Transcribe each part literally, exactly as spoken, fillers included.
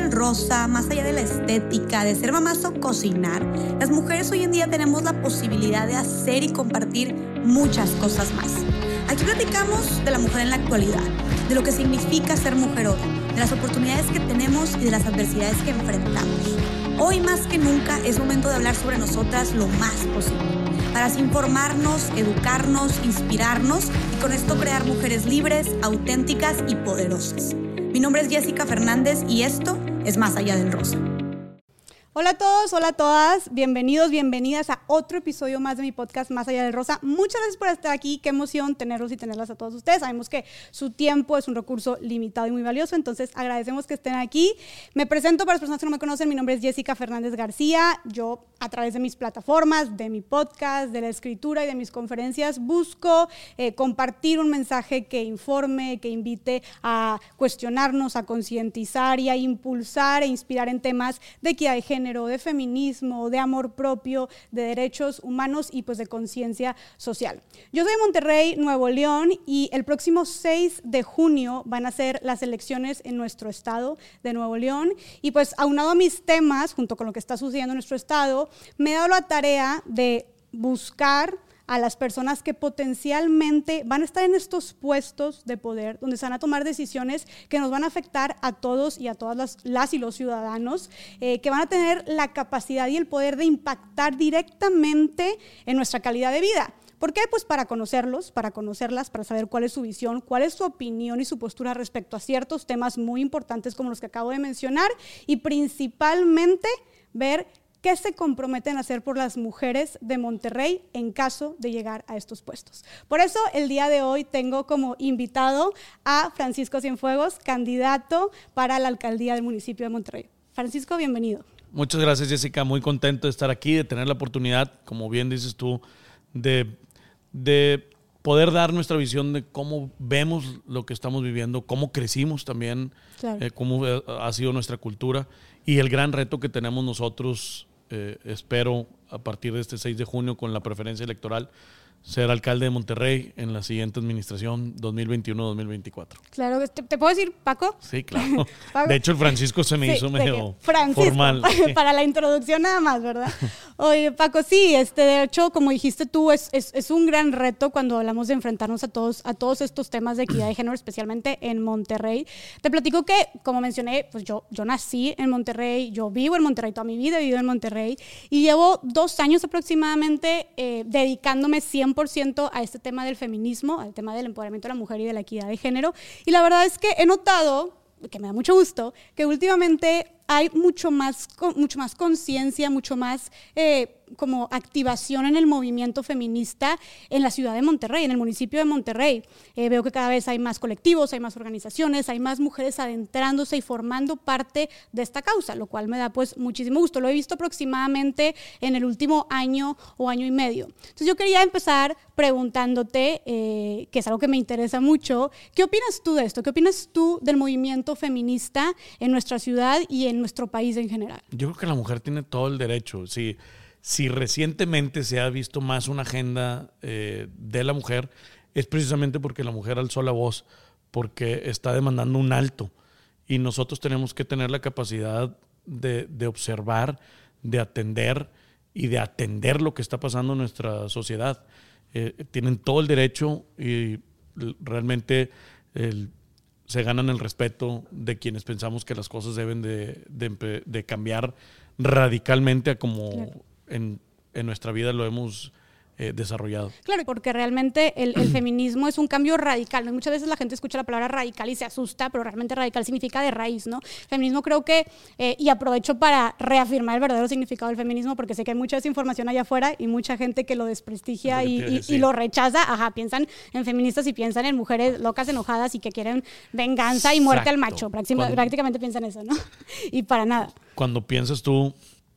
del rosa, más allá de la estética, de ser mamás o cocinar, las mujeres hoy en día tenemos la posibilidad de hacer y compartir muchas cosas más. Aquí platicamos de la mujer en la actualidad, de lo que significa ser mujer hoy, de las oportunidades que tenemos y de las adversidades que enfrentamos. Hoy más que nunca es momento de hablar sobre nosotras lo más posible, para así informarnos, educarnos, inspirarnos y con esto crear mujeres libres, auténticas y poderosas. Mi nombre es Jessica Fernández y esto es Más Allá del Rosa. Hola a todos, hola a todas, bienvenidos, bienvenidas a otro episodio más de mi podcast Más Allá del Rosa. Muchas gracias por estar aquí, qué emoción tenerlos y tenerlas a todos ustedes. Sabemos que su tiempo es un recurso limitado y muy valioso, entonces agradecemos que estén aquí. Me presento para las personas que no me conocen, mi nombre es Jessica Fernández García. Yo a través de mis plataformas, de mi podcast, de la escritura y de mis conferencias busco eh, compartir un mensaje que informe, que invite a cuestionarnos, a concientizar y a impulsar e inspirar en temas de equidad de género, de feminismo, de amor propio, de derechos humanos y pues de conciencia social. Yo soy de Monterrey, Nuevo León, y el próximo seis de junio van a ser las elecciones en nuestro estado de Nuevo León, y pues aunado a mis temas, junto con lo que está sucediendo en nuestro estado, me he dado la tarea de buscar a las personas que potencialmente van a estar en estos puestos de poder, donde se van a tomar decisiones que nos van a afectar a todos y a todas las, las y los ciudadanos, eh, que van a tener la capacidad y el poder de impactar directamente en nuestra calidad de vida. ¿Por qué? Pues para conocerlos, para conocerlas, para saber cuál es su visión, cuál es su opinión y su postura respecto a ciertos temas muy importantes como los que acabo de mencionar, y principalmente ver ¿qué se comprometen a hacer por las mujeres de Monterrey en caso de llegar a estos puestos? Por eso, el día de hoy tengo como invitado a Francisco Cienfuegos, candidato para la alcaldía del municipio de Monterrey. Francisco, bienvenido. Muchas gracias, Jessica. Muy contento de estar aquí, de tener la oportunidad, como bien dices tú, de, de poder dar nuestra visión de cómo vemos lo que estamos viviendo, cómo crecimos también, claro. eh, cómo ha sido nuestra cultura y el gran reto que tenemos nosotros. Eh, espero a partir de este seis de junio con la preferencia electoral ser alcalde de Monterrey en la siguiente administración dos mil veintiuno dos mil veinticuatro. Claro, ¿te, te puedo decir Paco? Sí, claro. Paco. De hecho, el Francisco se me sí, hizo medio Francisco, formal. Para la introducción nada más, ¿verdad? Oye, Paco, sí, este, de hecho, como dijiste tú, es, es, es un gran reto cuando hablamos de enfrentarnos a todos, a todos estos temas de equidad de género, especialmente en Monterrey. Te platico que, como mencioné, pues yo, yo nací en Monterrey, yo vivo en Monterrey, toda mi vida he vivido en Monterrey, y llevo dos años aproximadamente eh, dedicándome cien por ciento a este tema del feminismo, al tema del empoderamiento de la mujer y de la equidad de género. Y la verdad es que he notado, que me da mucho gusto, que últimamente hay mucho más, mucho más conciencia, mucho más eh, como activación en el movimiento feminista en la ciudad de Monterrey, en el municipio de Monterrey. Eh, veo que cada vez hay más colectivos, hay más organizaciones, hay más mujeres adentrándose y formando parte de esta causa, lo cual me da pues muchísimo gusto. Lo he visto aproximadamente en el último año o año y medio. Entonces yo quería empezar preguntándote, eh, que es algo que me interesa mucho, ¿qué opinas tú de esto? ¿Qué opinas tú del movimiento feminista en nuestra ciudad y en nuestro país en general? Yo creo que la mujer tiene todo el derecho. Si, si recientemente se ha visto más una agenda eh, de la mujer, es precisamente porque la mujer alzó la voz, porque está demandando un alto. Y nosotros tenemos que tener la capacidad de, de observar, de atender y de atender lo que está pasando en nuestra sociedad. Eh, tienen todo el derecho y realmente el se ganan el respeto de quienes pensamos que las cosas deben de, de, de cambiar radicalmente a como claro. en, en nuestra vida lo hemos eh, desarrollado. Claro, porque realmente el, el feminismo es un cambio radical, ¿no? Muchas veces la gente escucha la palabra radical y se asusta, pero realmente radical significa de raíz, ¿no? Feminismo creo que, eh, y aprovecho para reafirmar el verdadero significado del feminismo, porque sé que hay mucha desinformación allá afuera y mucha gente que lo desprestigia y, y, y lo rechaza. Ajá, piensan en feministas y piensan en mujeres locas, enojadas y que quieren venganza y muerte Exacto. al macho. Prácticamente, Cuando, prácticamente piensan eso, ¿no? Y para nada. Cuando piensas tú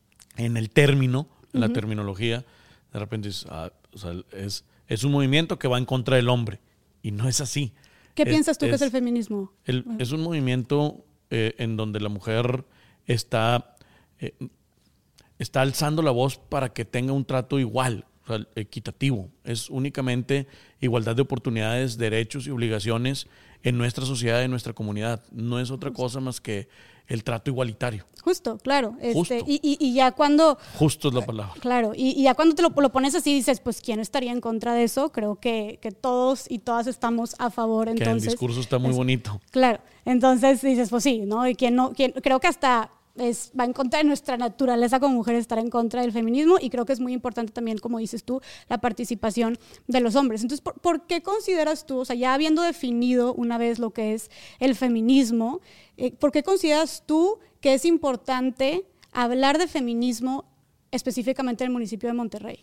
en el término, en uh-huh. la terminología, de repente dices, ah, o sea, es, es un movimiento que va en contra del hombre. Y no es así. ¿Qué es, piensas tú es, que es el feminismo? El, uh-huh. Es un movimiento eh, en donde la mujer está, eh, está alzando la voz para que tenga un trato igual. o sea, equitativo. Es únicamente igualdad de oportunidades, derechos y obligaciones en nuestra sociedad, en nuestra comunidad. No es otra cosa más que el trato igualitario. Justo, claro. Justo. Este, y, y, y ya cuando... Justo es la palabra. Claro, y, y ya cuando te lo, lo pones así dices, pues ¿quién estaría en contra de eso? Creo que, que todos y todas estamos a favor. Entonces, que el discurso está muy es, bonito. Claro, entonces dices, pues sí, ¿no? Y quién no, quién, creo que hasta... Es, va en contra de nuestra naturaleza como mujeres estar en contra del feminismo, y creo que es muy importante también, como dices tú, la participación de los hombres. Entonces, ¿por, ¿por qué consideras tú, o sea, ya habiendo definido una vez lo que es el feminismo, eh, ¿por qué consideras tú que es importante hablar de feminismo específicamente en el municipio de Monterrey?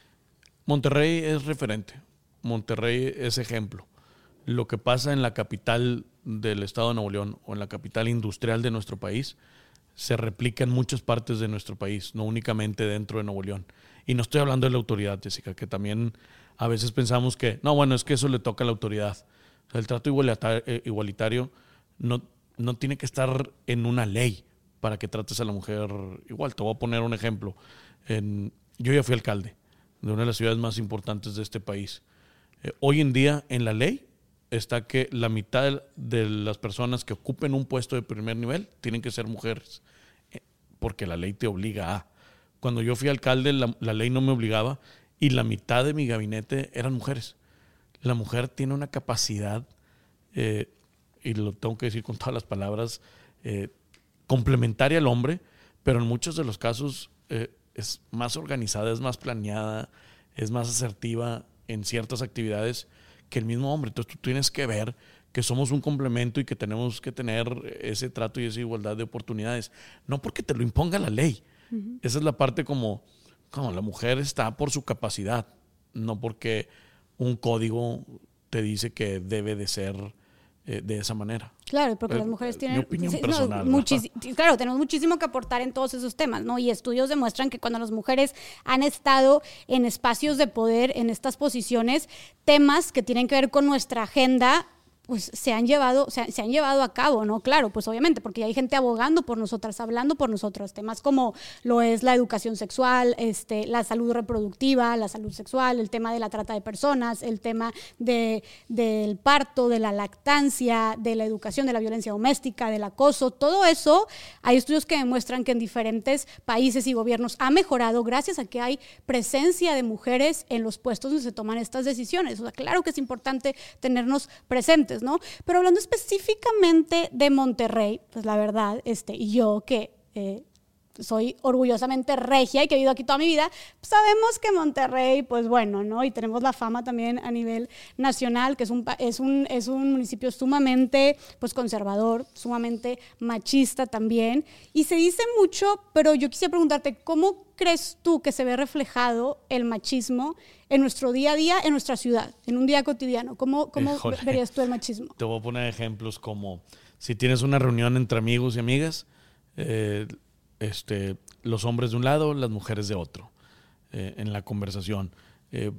Monterrey es referente, Monterrey es ejemplo. Lo que pasa en la capital del estado de Nuevo León o en la capital industrial de nuestro país se replica en muchas partes de nuestro país, no únicamente dentro de Nuevo León. Y no estoy hablando de la autoridad, Jessica, que también a veces pensamos que, no, bueno, es que eso le toca a la autoridad. O sea, el trato igualitario no, no tiene que estar en una ley para que trates a la mujer igual. Te voy a poner un ejemplo. En, yo ya fui alcalde de una de las ciudades más importantes de este país. Eh, hoy en día, en la ley, está que la mitad de las personas que ocupen un puesto de primer nivel tienen que ser mujeres, porque la ley te obliga a. Cuando yo fui alcalde, la, la ley no me obligaba, y la mitad de mi gabinete eran mujeres. La mujer tiene una capacidad, eh, y lo tengo que decir con todas las palabras, eh, complementaria al hombre, pero en muchos de los casos eh, es más organizada, es más planeada, es más asertiva en ciertas actividades que el mismo hombre. Entonces tú tienes que ver que somos un complemento y que tenemos que tener ese trato y esa igualdad de oportunidades. No porque te lo imponga la ley. Uh-huh. Esa es la parte como, como la mujer está por su capacidad, no porque un código te dice que debe de ser eh, de esa manera. Claro, porque eh, las mujeres tienen... Mi opinión sí, personal. No, muchis, claro, tenemos muchísimo que aportar en todos esos temas, ¿no? Y estudios demuestran que cuando las mujeres han estado en espacios de poder, en estas posiciones, temas que tienen que ver con nuestra agenda, pues se han llevado, se, se han llevado a cabo, ¿no? Claro, pues obviamente, porque hay gente abogando por nosotras, hablando por nosotras, temas como lo es la educación sexual, este, la salud reproductiva, la salud sexual, el tema de la trata de personas, el tema de, del parto, de la lactancia, de la educación, de la violencia doméstica, del acoso, todo eso. Hay estudios que demuestran que en diferentes países y gobiernos ha mejorado gracias a que hay presencia de mujeres en los puestos donde se toman estas decisiones. O sea, claro que es importante tenernos presentes, ¿no? Pero hablando específicamente de Monterrey, pues la verdad, este, y yo que eh, soy orgullosamente regia y que he vivido aquí toda mi vida, pues sabemos que Monterrey, pues bueno, ¿no? Y tenemos la fama también a nivel nacional, que es un, es un, es un municipio sumamente pues, conservador, sumamente machista también. Y se dice mucho, pero yo quisiera preguntarte, ¿cómo crees tú que se ve reflejado el machismo en nuestro día a día, en nuestra ciudad, en un día cotidiano? ¿Cómo, cómo Híjole, verías tú el machismo? Te voy a poner ejemplos como si tienes una reunión entre amigos y amigas, eh, este, los hombres de un lado, las mujeres de otro, eh, en la conversación. Eh,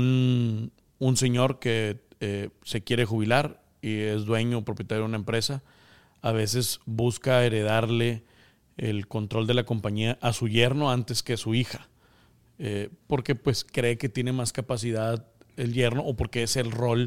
un, un señor que eh, se quiere jubilar y es dueño o propietario de una empresa, a veces busca heredarle el control de la compañía a su yerno antes que a su hija, eh, porque pues cree que tiene más capacidad el yerno o porque es el rol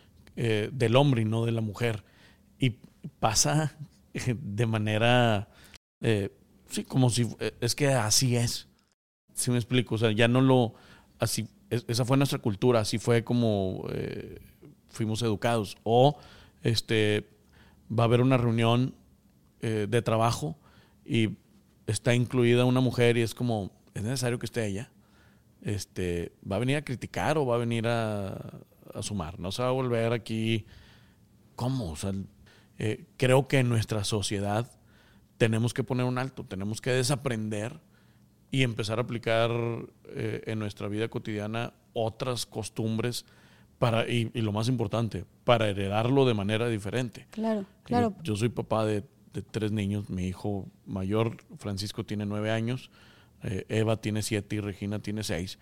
eh, del hombre y no de la mujer. Y pasa de manera... Eh, Sí, como si, es que así es. ¿Sí me explico? O sea, ya no lo, así, esa fue nuestra cultura, así fue como eh, fuimos educados. O este, va a haber una reunión eh, de trabajo y está incluida una mujer y es como, ¿es necesario que esté ella? Este, ¿va a venir a criticar o va a venir a, a sumar? No se va a volver aquí, ¿cómo? O sea, eh, creo que en nuestra sociedad tenemos que poner un alto, tenemos que desaprender y empezar a aplicar eh, en nuestra vida cotidiana otras costumbres para y, y lo más importante, para heredarlo de manera diferente. Claro, claro. Yo, yo soy papá de, de tres niños. Mi hijo mayor, Francisco, tiene nueve años, eh, Eva tiene siete y Regina tiene seis.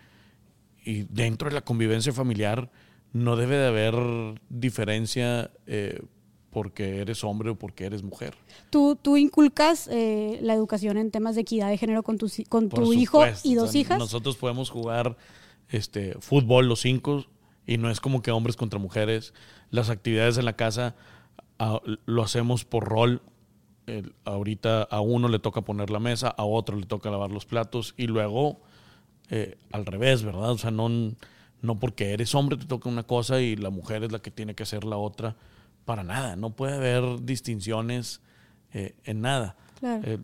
Y dentro de la convivencia familiar no debe de haber diferencia eh, porque eres hombre o porque eres mujer. ¿Tú, tú inculcas eh, la educación en temas de equidad de género con tu, con tu hijo y dos o sea, hijas? Nosotros podemos jugar este, fútbol los cinco, y no es como que hombres contra mujeres. Las actividades en la casa a, lo hacemos por rol. El, ahorita a uno le toca poner la mesa, a otro le toca lavar los platos, y luego eh, al revés, ¿verdad? O sea, no, no porque eres hombre te toca una cosa y la mujer es la que tiene que hacer la otra. Para nada, no puede haber distinciones eh, en nada. Claro. Eh,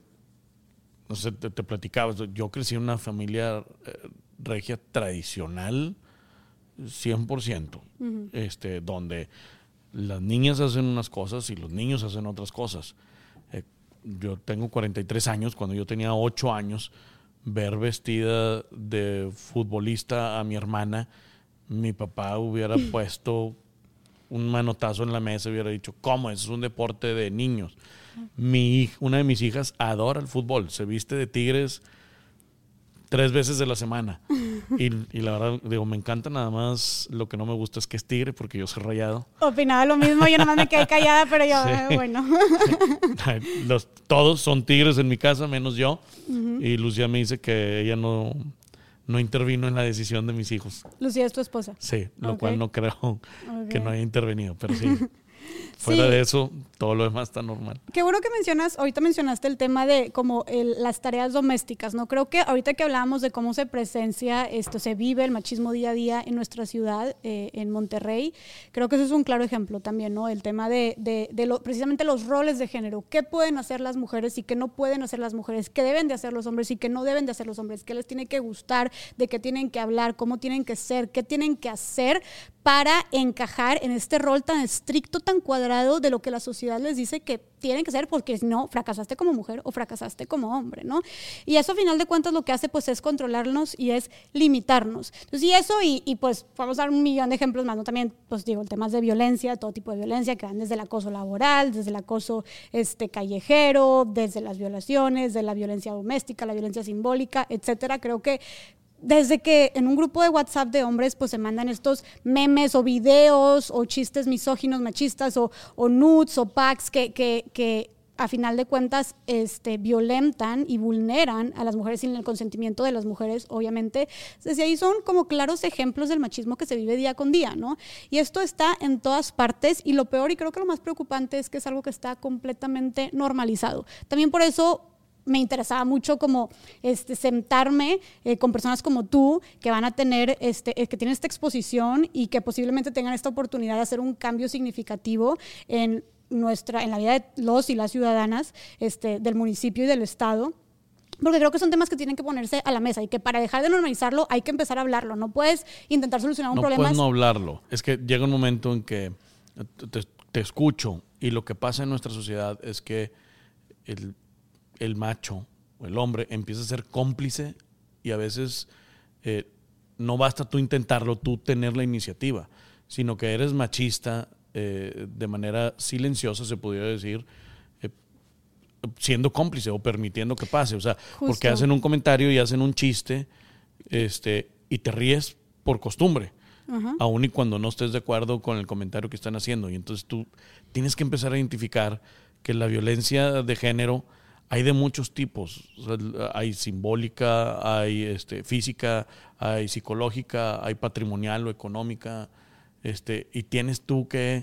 no sé, te, te platicaba, yo crecí en una familia eh, regia tradicional, cien por ciento, uh-huh. este, donde las niñas hacen unas cosas y los niños hacen otras cosas. Eh, yo tengo cuarenta y tres años, cuando yo tenía ocho años, ver vestida de futbolista a mi hermana, mi papá hubiera puesto un manotazo en la mesa y hubiera dicho, ¿cómo? Eso es un deporte de niños. Mi, una de mis hijas adora el fútbol, se viste de Tigres tres veces de la semana. Y, y la verdad, digo, me encanta, nada más lo que no me gusta es que es tigre, porque yo soy rayado. Opinaba lo mismo, yo nada más me quedé callada, pero yo, sí. eh, bueno. Los, todos son tigres en mi casa, menos yo. Uh-huh. Y Lucía me dice que ella no, no intervino en la decisión de mis hijos. Lucía es tu esposa. Sí, lo okay. cual no creo okay. que no haya intervenido, pero sí. Fuera sí. de eso, todo lo demás está normal. Qué bueno que mencionas, ahorita mencionaste el tema de como el, las tareas domésticas, ¿no? Creo que ahorita que hablábamos de cómo se presencia, esto se vive el machismo día a día en nuestra ciudad, eh, en Monterrey, creo que eso es un claro ejemplo también, ¿no? El tema de, de, de lo, precisamente los roles de género, qué pueden hacer las mujeres y qué no pueden hacer las mujeres, qué deben de hacer los hombres y qué no deben de hacer los hombres, qué les tiene que gustar, de qué tienen que hablar, cómo tienen que ser, qué tienen que hacer para encajar en este rol tan estricto, tan cuadrado de lo que la sociedad les dice que tienen que ser, porque si no, fracasaste como mujer o fracasaste como hombre, ¿no? Y eso, a final de cuentas, lo que hace, pues, es controlarnos y es limitarnos. Entonces, y eso, y, y pues, vamos a dar un millón de ejemplos más, ¿no? También, pues, digo, temas de violencia, todo tipo de violencia, que van desde el acoso laboral, desde el acoso este, callejero, desde las violaciones, de la violencia doméstica, la violencia simbólica, etcétera. Creo que desde que en un grupo de WhatsApp de hombres pues se mandan estos memes o videos o chistes misóginos, machistas o, o nudes o packs que, que, que a final de cuentas este, violentan y vulneran a las mujeres sin el consentimiento de las mujeres, obviamente. Desde ahí son como claros ejemplos del machismo que se vive día con día, ¿no? Y esto está en todas partes, y lo peor, y creo que lo más preocupante, es que es algo que está completamente normalizado. También por eso me interesaba mucho como este, sentarme eh, con personas como tú, que van a tener, este, que tienen esta exposición y que posiblemente tengan esta oportunidad de hacer un cambio significativo en nuestra, en la vida de los y las ciudadanas este, del municipio y del estado. Porque creo que son temas que tienen que ponerse a la mesa y que para dejar de normalizarlo hay que empezar a hablarlo. No puedes intentar solucionar un no problema. No puedes no hablarlo. Es que llega un momento en que te, te escucho, y lo que pasa en nuestra sociedad es que el el macho o el hombre empieza a ser cómplice, y a veces eh, no basta tú intentarlo, tú tener la iniciativa, sino que eres machista eh, de manera silenciosa, se podría decir, eh, siendo cómplice o permitiendo que pase. O sea, Justo. Porque hacen un comentario y hacen un chiste este, y te ríes por costumbre. Uh-huh. Aún y cuando no estés de acuerdo con el comentario que están haciendo. Y entonces tú tienes que empezar a identificar que la violencia de género hay de muchos tipos. O sea, hay simbólica, hay este, física, hay psicológica, hay patrimonial o económica. Este, y tienes tú que...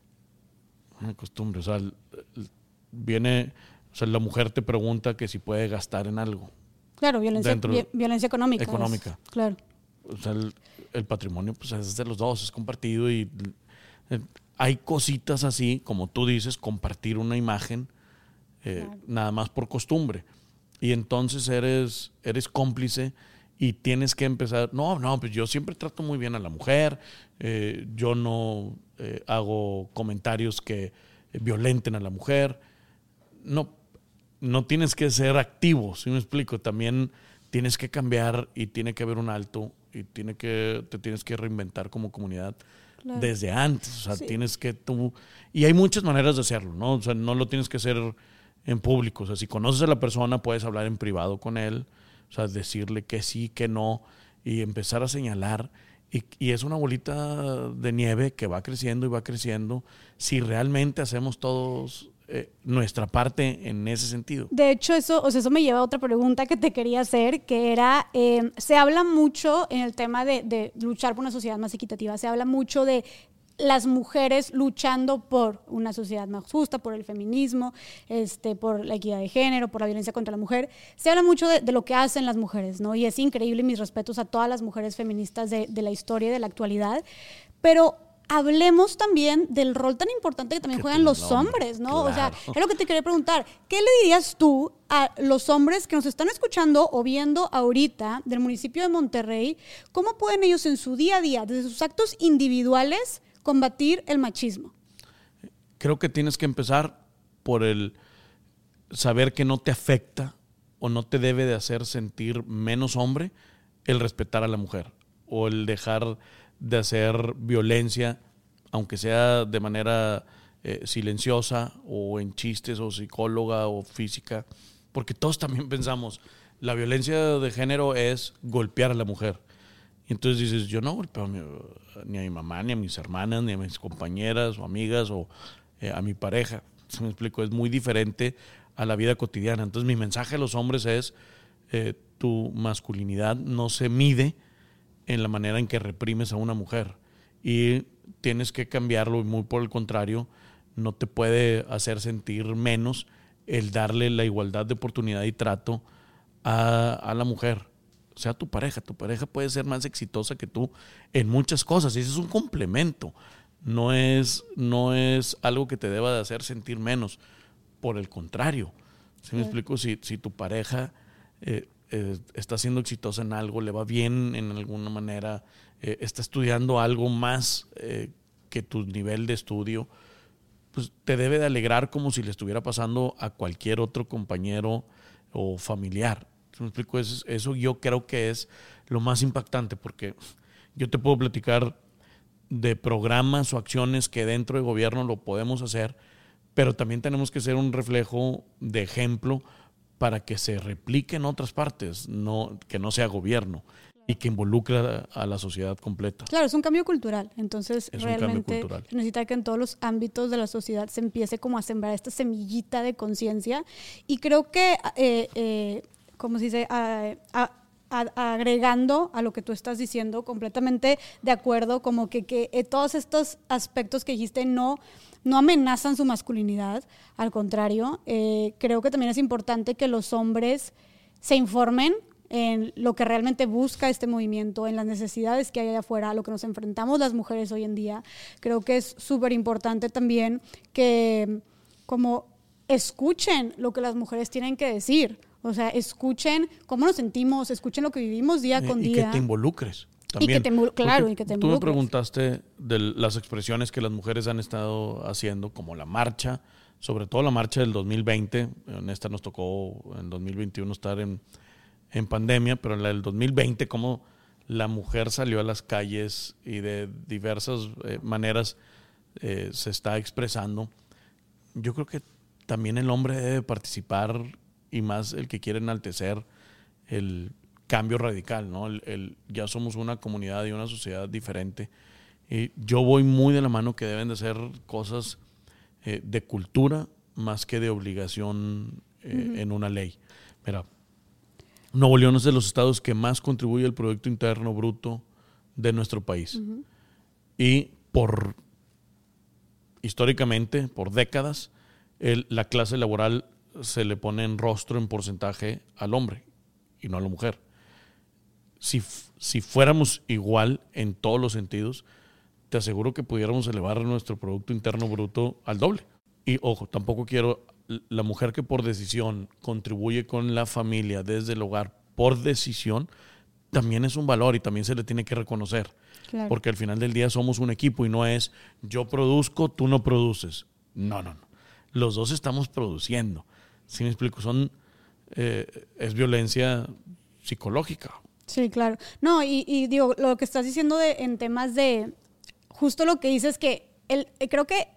Una costumbre, o sea, viene... O sea, la mujer te pregunta que si puede gastar en algo. Claro, violencia, vi, violencia económica. Económica. Es, claro. O sea, el, el patrimonio pues es de los dos, es compartido, y eh, hay cositas así, como tú dices, compartir una imagen, Eh, claro. nada más por costumbre, y entonces eres, eres cómplice y tienes que empezar, no, no, pues yo siempre trato muy bien a la mujer, eh, yo no eh, hago comentarios que eh, violenten a la mujer. No, no tienes que ser activo, ¿sí me explico? También tienes que cambiar, y tiene que haber un alto, y tiene que, te tienes que reinventar como comunidad. Claro. Desde antes, o sea, sí. tienes que tú, y hay muchas maneras de hacerlo, ¿no? O sea, no lo tienes que hacer en público. O sea, si conoces a la persona, puedes hablar en privado con él, o sea, decirle que sí, que no, y empezar a señalar. Y, y es una bolita de nieve que va creciendo y va creciendo. Si realmente hacemos todos eh, nuestra parte en ese sentido. De hecho, eso, o sea, eso me lleva a otra pregunta que te quería hacer, que era, eh, se habla mucho en el tema de, de luchar por una sociedad más equitativa, se habla mucho de las mujeres luchando por una sociedad más justa, por el feminismo, este, por la equidad de género, por la violencia contra la mujer. Se habla mucho de, de lo que hacen las mujeres, ¿no? Y es increíble, mis respetos a todas las mujeres feministas de, de la historia y de la actualidad, pero hablemos también del rol tan importante que también que juegan los hombres, ¿no? Claro. O sea, es lo que te quería preguntar. ¿Qué le dirías tú a los hombres que nos están escuchando o viendo ahorita del municipio de Monterrey? ¿Cómo pueden ellos en su día a día, desde sus actos individuales, combatir el machismo? Creo que tienes que empezar por el saber que no te afecta o no te debe de hacer sentir menos hombre el respetar a la mujer o el dejar de hacer violencia, aunque sea de manera eh, silenciosa o en chistes o psicóloga o física, porque todos también pensamos, la violencia de género es golpear a la mujer. Y entonces dices, yo no golpeo a mi, ni a mi mamá, ni a mis hermanas, ni a mis compañeras o amigas o eh, a mi pareja. ¿Sí me explico? Es muy diferente a la vida cotidiana. Entonces mi mensaje a los hombres es, eh, tu masculinidad no se mide en la manera en que reprimes a una mujer y tienes que cambiarlo, y muy por el contrario, no te puede hacer sentir menos el darle la igualdad de oportunidad y trato a, a la mujer, sea tu pareja. Tu pareja puede ser más exitosa que tú en muchas cosas y eso es un complemento, no es, no es algo que te deba de hacer sentir menos, por el contrario. ¿Sí me explico? Si, si tu pareja eh, Eh, está siendo exitosa en algo, le va bien en alguna manera, eh, está estudiando algo más eh, que tu nivel de estudio, pues te debe de alegrar como si le estuviera pasando a cualquier otro compañero o familiar. ¿Me explico? Eso, eso yo creo que es lo más impactante, porque yo te puedo platicar de programas o acciones que dentro del gobierno lo podemos hacer, pero también tenemos que ser un reflejo de ejemplo para que se replique en otras partes, no, que no sea gobierno y que involucre a, a la sociedad completa. Claro, es un cambio cultural, entonces es realmente se necesita que en todos los ámbitos de la sociedad se empiece como a sembrar esta semillita de conciencia y creo que, eh, eh, como se dice, a, a, a, agregando a lo que tú estás diciendo, completamente de acuerdo, como que, que eh, todos estos aspectos que dijiste no... no amenazan su masculinidad, al contrario, eh, creo que también es importante que los hombres se informen en lo que realmente busca este movimiento, en las necesidades que hay allá afuera, a lo que nos enfrentamos las mujeres hoy en día. Creo que es súper importante también que como escuchen lo que las mujeres tienen que decir, o sea, escuchen cómo nos sentimos, escuchen lo que vivimos día con y día. Y que te involucres. También. Y que te, claro, y que te Tú me preguntaste de las expresiones que las mujeres han estado haciendo, como la marcha, sobre todo la marcha del dos mil veinte. En esta nos tocó en dos mil veintiuno estar en, en pandemia, pero en la del dos mil veinte, como la mujer salió a las calles y de diversas eh, maneras eh, se está expresando. Yo creo que también el hombre debe participar, y más el que quiere enaltecer el cambio radical, ¿no? El, el, ya somos una comunidad y una sociedad diferente. Y yo voy muy de la mano que deben de ser cosas eh, de cultura más que de obligación eh, uh-huh. en una ley. Mira, Nuevo León es de los estados que más contribuye al Producto Interno Bruto de nuestro país. Uh-huh. Y por históricamente, por décadas, el, la clase laboral se le pone en rostro en porcentaje al hombre y no a la mujer. Si, si fuéramos igual en todos los sentidos, te aseguro que pudiéramos elevar nuestro Producto Interno Bruto al doble. Y ojo, tampoco quiero, la mujer que por decisión contribuye con la familia desde el hogar por decisión, también es un valor y también se le tiene que reconocer. Claro. Porque al final del día somos un equipo y no es yo produzco, tú no produces. No, no, no. Los dos estamos produciendo. ¿Sí me explico? Son, eh, es violencia psicológica. Sí, claro. No, y, y digo, lo que estás diciendo de, en temas de, justo lo que dices que el, creo que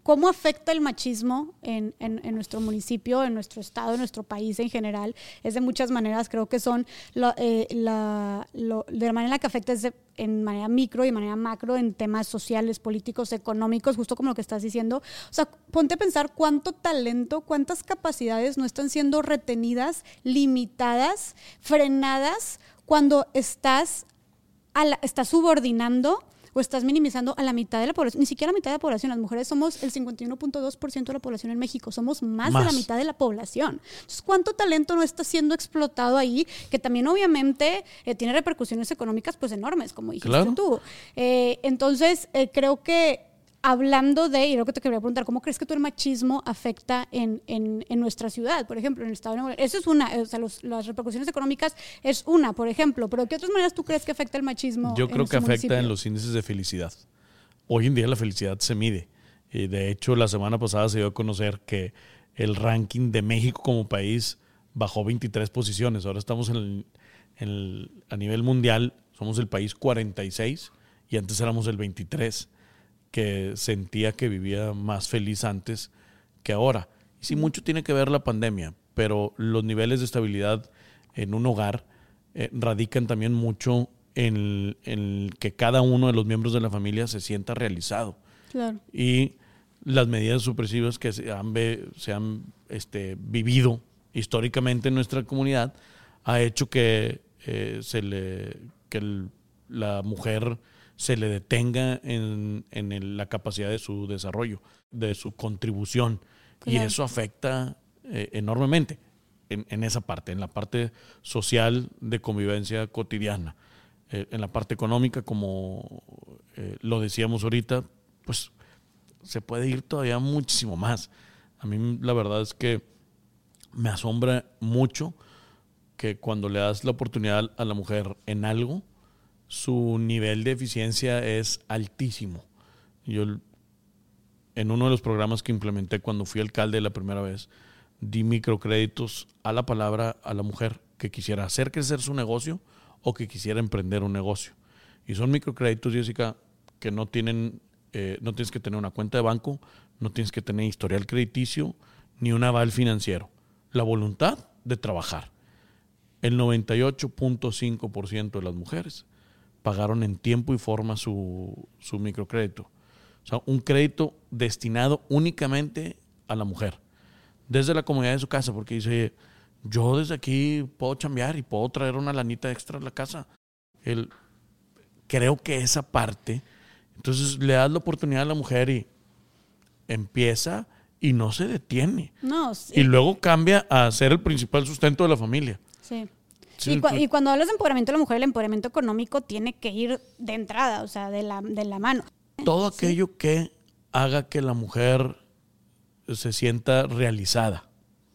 cómo afecta el machismo en, en, en nuestro municipio, en nuestro estado, en nuestro país en general. Es de muchas maneras, creo que son lo, eh, la, lo, de la manera en la que afecta es de, en manera micro y de manera macro en temas sociales, políticos, económicos, justo como lo que estás diciendo. O sea, ponte a pensar cuánto talento, cuántas capacidades no están siendo retenidas, limitadas, frenadas cuando estás, a la, estás subordinando o estás minimizando a la mitad de la población, ni siquiera a la mitad de la población. Las mujeres somos el cincuenta y uno punto dos por ciento de la población en México, somos más, más de la mitad de la población. Entonces, ¿cuánto talento no está siendo explotado ahí? Que también obviamente eh, tiene repercusiones económicas pues enormes, como dijiste claro. tú. Eh, entonces, eh, creo que hablando de, y lo que te quería preguntar, ¿cómo crees que todo el machismo afecta en, en, en nuestra ciudad, por ejemplo, en el estado de Nuevo León? Eso es una, o sea, los, las repercusiones económicas es una, por ejemplo, pero ¿qué otras maneras tú crees que afecta el machismo? Yo creo que afecta municipio? en los índices de felicidad. Hoy en día la felicidad se mide. Y de hecho, la semana pasada se dio a conocer que el ranking de México como país bajó veintitrés posiciones. Ahora estamos en el, en el, a nivel mundial, somos el país cuarenta y seis y antes éramos el veintitrés. Que sentía que vivía más feliz antes que ahora. Y sí, mucho tiene que ver la pandemia, pero los niveles de estabilidad en un hogar eh, radican también mucho en, en que cada uno de los miembros de la familia se sienta realizado. Claro. Y las medidas supresivas que se han, se han este, vivido históricamente en nuestra comunidad ha hecho que, eh, se le, que el, la mujer se le detenga en, en el, la capacidad de su desarrollo, de su contribución. Claro. Y eso afecta eh, enormemente en, en esa parte, en la parte social de convivencia cotidiana. Eh, en la parte económica, como eh, lo decíamos ahorita, pues se puede ir todavía muchísimo más. A mí la verdad es que me asombra mucho que cuando le das la oportunidad a la mujer en algo, su nivel de eficiencia es altísimo. Yo en uno de los programas que implementé cuando fui alcalde la primera vez, di microcréditos a la palabra a la mujer que quisiera hacer crecer su negocio o que quisiera emprender un negocio. Y son microcréditos, Jessica, que no tienen, eh, no tienes que tener una cuenta de banco, no tienes que tener historial crediticio, ni un aval financiero. La voluntad de trabajar. El noventa y ocho punto cinco por ciento de las mujeres pagaron en tiempo y forma su, su microcrédito. O sea, un crédito destinado únicamente a la mujer. Desde la comodidad de su casa, porque dice, yo desde aquí puedo chambear y puedo traer una lanita extra a la casa. El, creo que esa parte, entonces le das la oportunidad a la mujer y empieza y no se detiene. No, sí. Y luego cambia a ser el principal sustento de la familia. Sí. Y, cu- y cuando hablas de empoderamiento de la mujer, el empoderamiento económico tiene que ir de entrada, o sea, de la, de la mano. Todo aquello sí. que haga que la mujer se sienta realizada,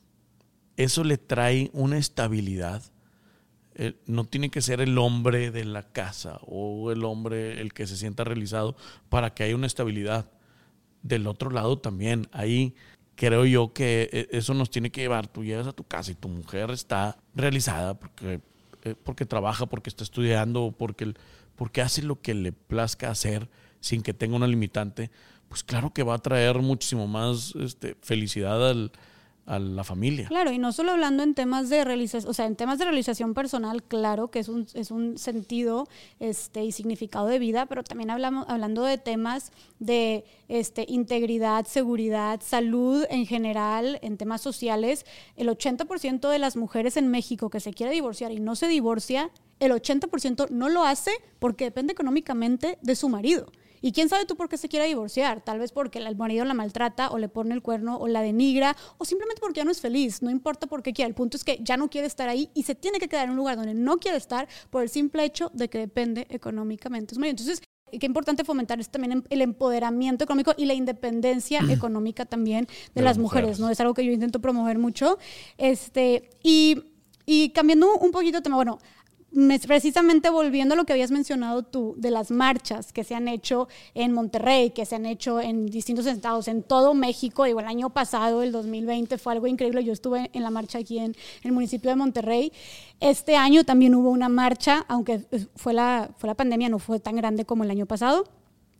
eso le trae una estabilidad. Eh, no tiene que ser el hombre de la casa o el hombre el que se sienta realizado para que haya una estabilidad. Del otro lado también, ahí creo yo que eso nos tiene que llevar. Tú llegas a tu casa y tu mujer está realizada porque, eh, porque trabaja, porque está estudiando, porque, porque hace lo que le plazca hacer sin que tenga una limitante. Pues claro que va a traer muchísimo más este, felicidad al, a la familia. Claro, y no solo hablando en temas de realización, o sea, en temas de realización personal, claro que es un, es un sentido este, y significado de vida, pero también hablamos, hablando de temas de este, integridad, seguridad, salud en general, en temas sociales. El ochenta por ciento de las mujeres en México que se quiere divorciar y no se divorcia, el ochenta por ciento no lo hace porque depende económicamente de su marido. Y quién sabe tú por qué se quiere divorciar, tal vez porque el marido la maltrata o le pone el cuerno o la denigra o simplemente porque ya no es feliz, no importa por qué quiera, el punto es que ya no quiere estar ahí y se tiene que quedar en un lugar donde no quiere estar por el simple hecho de que depende económicamente de su marido. Entonces, qué importante fomentar es también el empoderamiento económico y la independencia económica también de, de las mujeres, mujeres, ¿no? Es algo que yo intento promover mucho. Este, y, y cambiando un poquito de tema, bueno, precisamente volviendo a lo que habías mencionado tú de las marchas que se han hecho en Monterrey, que se han hecho en distintos estados, en todo México. Digo, el año pasado, el dos mil veinte, fue algo increíble. Yo estuve en la marcha aquí en, en el municipio de Monterrey. Este año también hubo una marcha, aunque fue la, fue la pandemia, no fue tan grande como el año pasado.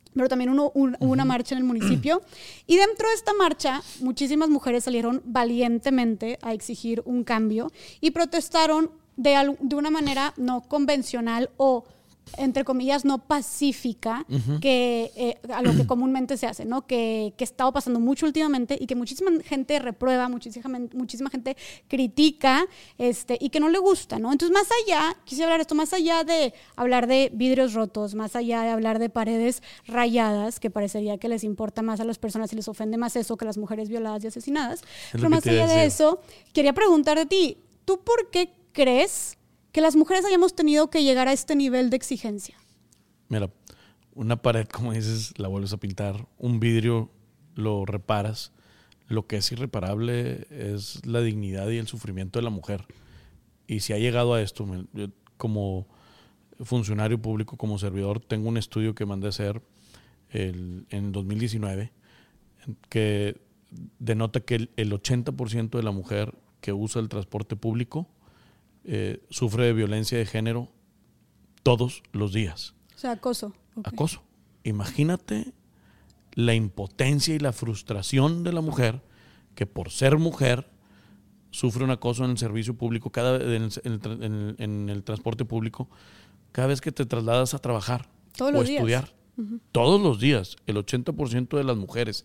pero también uno, un, uh-huh. una marcha en el municipio. Y dentro de esta marcha, muchísimas mujeres salieron valientemente a exigir un cambio y protestaron de, de una manera no convencional o, entre comillas, no pacífica, uh-huh. que eh, a lo que comúnmente se hace, ¿no? Que, que estaba pasando mucho últimamente y que muchísima gente reprueba, muchísima, muchísima gente critica este, y que no le gusta, ¿no? Entonces, más allá, quise hablar de esto, más allá de hablar de vidrios rotos, más allá de hablar de paredes rayadas, que parecería que les importa más a las personas y les ofende más eso que las mujeres violadas y asesinadas, pero más allá de eso, quería preguntar de ti, ¿tú por qué crees que las mujeres hayamos tenido que llegar a este nivel de exigencia? Mira, una pared, como dices, la vuelves a pintar, un vidrio lo reparas. Lo que es irreparable es la dignidad y el sufrimiento de la mujer. Y si ha llegado a esto, yo como funcionario público, como servidor, tengo un estudio que mandé a hacer el, en dos mil diecinueve que denota que el, el ochenta por ciento de la mujer que usa el transporte público Eh, sufre de violencia de género todos los días. O sea, acoso. Okay. Acoso. Imagínate la impotencia y la frustración de la mujer que por ser mujer sufre un acoso en el servicio público, cada, en, el, en, el, en, el, en el transporte público, cada vez que te trasladas a trabajar todos o los estudiar. Días. Uh-huh. Todos los días. El ochenta por ciento de las mujeres,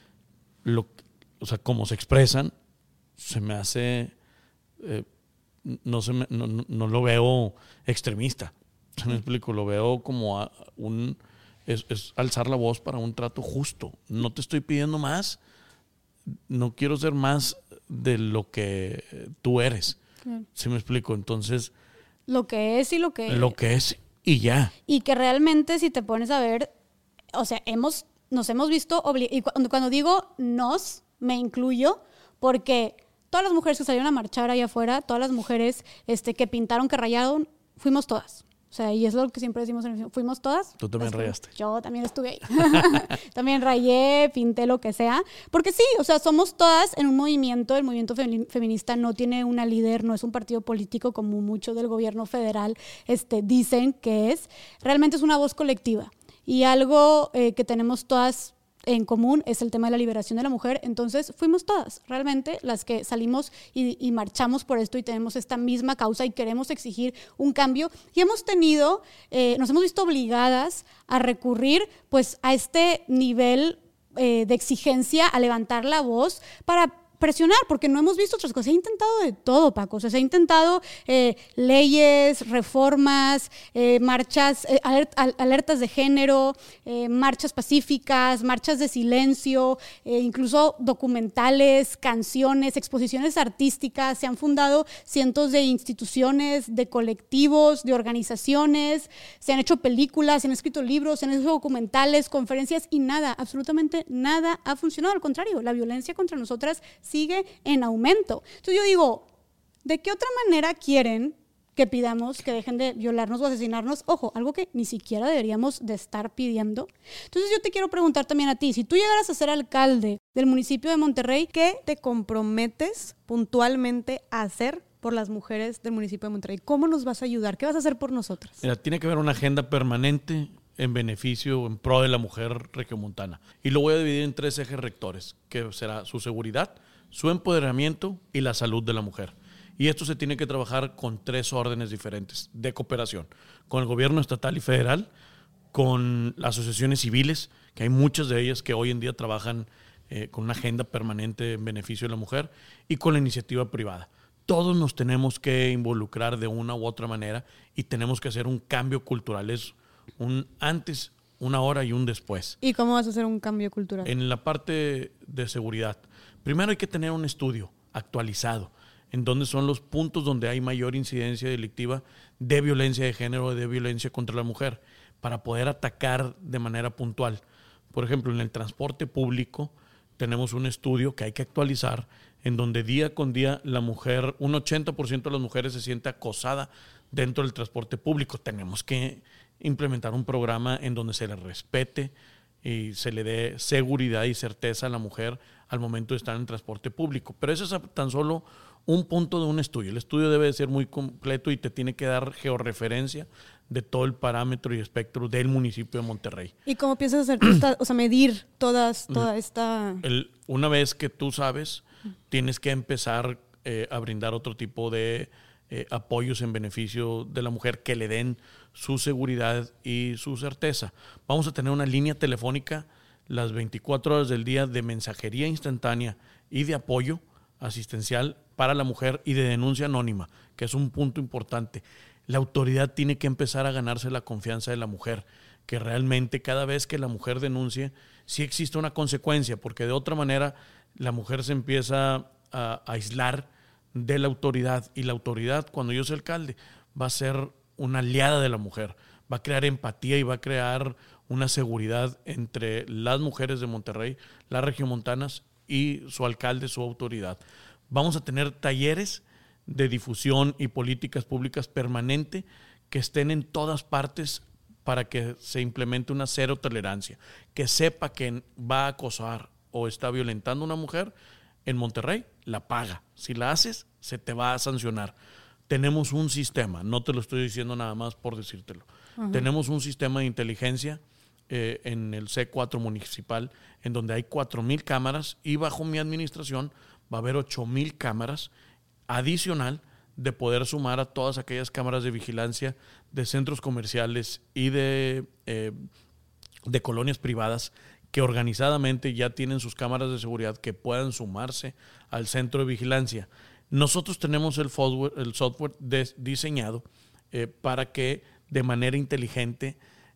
lo, o sea, como se expresan, se me hace... Eh, No, se me, no, no lo veo extremista, ¿se me explico? Lo veo como a un es, es alzar la voz para un trato justo. No te estoy pidiendo más, no quiero ser más de lo que tú eres. Claro. ¿Se me explico? Entonces lo que es y lo que lo que es y ya. Y que realmente, si te pones a ver, o sea, hemos nos hemos visto obli- y cuando, cuando digo nos, me incluyo, porque todas las mujeres que salieron a marchar allá afuera, todas las mujeres este, que pintaron, que rayaron, fuimos todas. O sea, y es lo que siempre decimos en el film, fuimos todas. Tú también estuve, rayaste. Yo también estuve ahí. También rayé, pinté, lo que sea. Porque sí, o sea, somos todas en un movimiento. El movimiento feminista no tiene una líder, no es un partido político como muchos del gobierno federal este, dicen que es. Realmente es una voz colectiva. Y algo eh, que tenemos todas en común es el tema de la liberación de la mujer. Entonces fuimos todas realmente las que salimos y, y marchamos por esto y tenemos esta misma causa y queremos exigir un cambio y hemos tenido, eh, nos hemos visto obligadas a recurrir pues a este nivel eh, de exigencia, a levantar la voz para presionar, porque no hemos visto otras cosas. Se ha intentado de todo, Paco. O sea, se ha intentado eh, leyes, reformas, eh, marchas, eh, alert, alertas de género, eh, marchas pacíficas, marchas de silencio, eh, incluso documentales, canciones, exposiciones artísticas. Se han fundado cientos de instituciones, de colectivos, de organizaciones. Se han hecho películas, se han escrito libros, se han hecho documentales, conferencias y nada, absolutamente nada ha funcionado. Al contrario, la violencia contra nosotras sigue en aumento. Entonces yo digo, ¿de qué otra manera quieren que pidamos que dejen de violarnos o asesinarnos? Ojo, algo que ni siquiera deberíamos de estar pidiendo. Entonces yo te quiero preguntar también a ti, si tú llegaras a ser alcalde del municipio de Monterrey, ¿qué te comprometes puntualmente a hacer por las mujeres del municipio de Monterrey? ¿Cómo nos vas a ayudar? ¿Qué vas a hacer por nosotras? Mira, tiene que haber una agenda permanente en beneficio, en pro de la mujer regiomontana. Y lo voy a dividir en tres ejes rectores, que será su seguridad, su empoderamiento y la salud de la mujer. Y esto se tiene que trabajar con tres órdenes diferentes de cooperación. Con el gobierno estatal y federal, con las asociaciones civiles, que hay muchas de ellas que hoy en día trabajan eh, con una agenda permanente en beneficio de la mujer, y con la iniciativa privada. Todos nos tenemos que involucrar de una u otra manera y tenemos que hacer un cambio cultural. Es un antes, una hora y un después. ¿Y cómo vas a hacer un cambio cultural? En la parte de seguridad. Primero hay que tener un estudio actualizado en dónde son los puntos donde hay mayor incidencia delictiva de violencia de género, de violencia contra la mujer, para poder atacar de manera puntual. Por ejemplo, en el transporte público tenemos un estudio que hay que actualizar en donde día con día la mujer, un ochenta por ciento de las mujeres se siente acosada dentro del transporte público. Tenemos que implementar un programa en donde se le respete y se le dé seguridad y certeza a la mujer al momento de estar en transporte público. Pero ese es tan solo un punto de un estudio. El estudio debe de ser muy completo y te tiene que dar georreferencia de todo el parámetro y espectro del municipio de Monterrey. ¿Y cómo piensas hacer, esta, o sea, medir todas, toda esta...? El, una vez que tú sabes, tienes que empezar eh, a brindar otro tipo de eh, apoyos en beneficio de la mujer que le den su seguridad y su certeza. Vamos a tener una línea telefónica las veinticuatro horas del día de mensajería instantánea y de apoyo asistencial para la mujer y de denuncia anónima, que es un punto importante. La autoridad tiene que empezar a ganarse la confianza de la mujer, que realmente cada vez que la mujer denuncie, sí existe una consecuencia, porque de otra manera la mujer se empieza a aislar de la autoridad, y la autoridad, cuando yo sea alcalde, va a ser una aliada de la mujer, va a crear empatía y va a crear una seguridad entre las mujeres de Monterrey, las regiomontanas y su alcalde, su autoridad. Vamos a tener talleres de difusión y políticas públicas permanente que estén en todas partes para que se implemente una cero tolerancia. Que sepa que va a acosar o está violentando a una mujer en Monterrey, la paga. Si la haces, se te va a sancionar. Tenemos un sistema, no te lo estoy diciendo nada más por decírtelo. Uh-huh. Tenemos un sistema de inteligencia eh, en el C cuatro municipal, en donde hay cuatro mil cámaras, y bajo mi administración va a haber ocho mil cámaras adicional de poder sumar a todas aquellas cámaras de vigilancia de centros comerciales y de, eh, de colonias privadas que organizadamente ya tienen sus cámaras de seguridad que puedan sumarse al centro de vigilancia. Nosotros tenemos el software, el software des, diseñado eh, para que de manera inteligente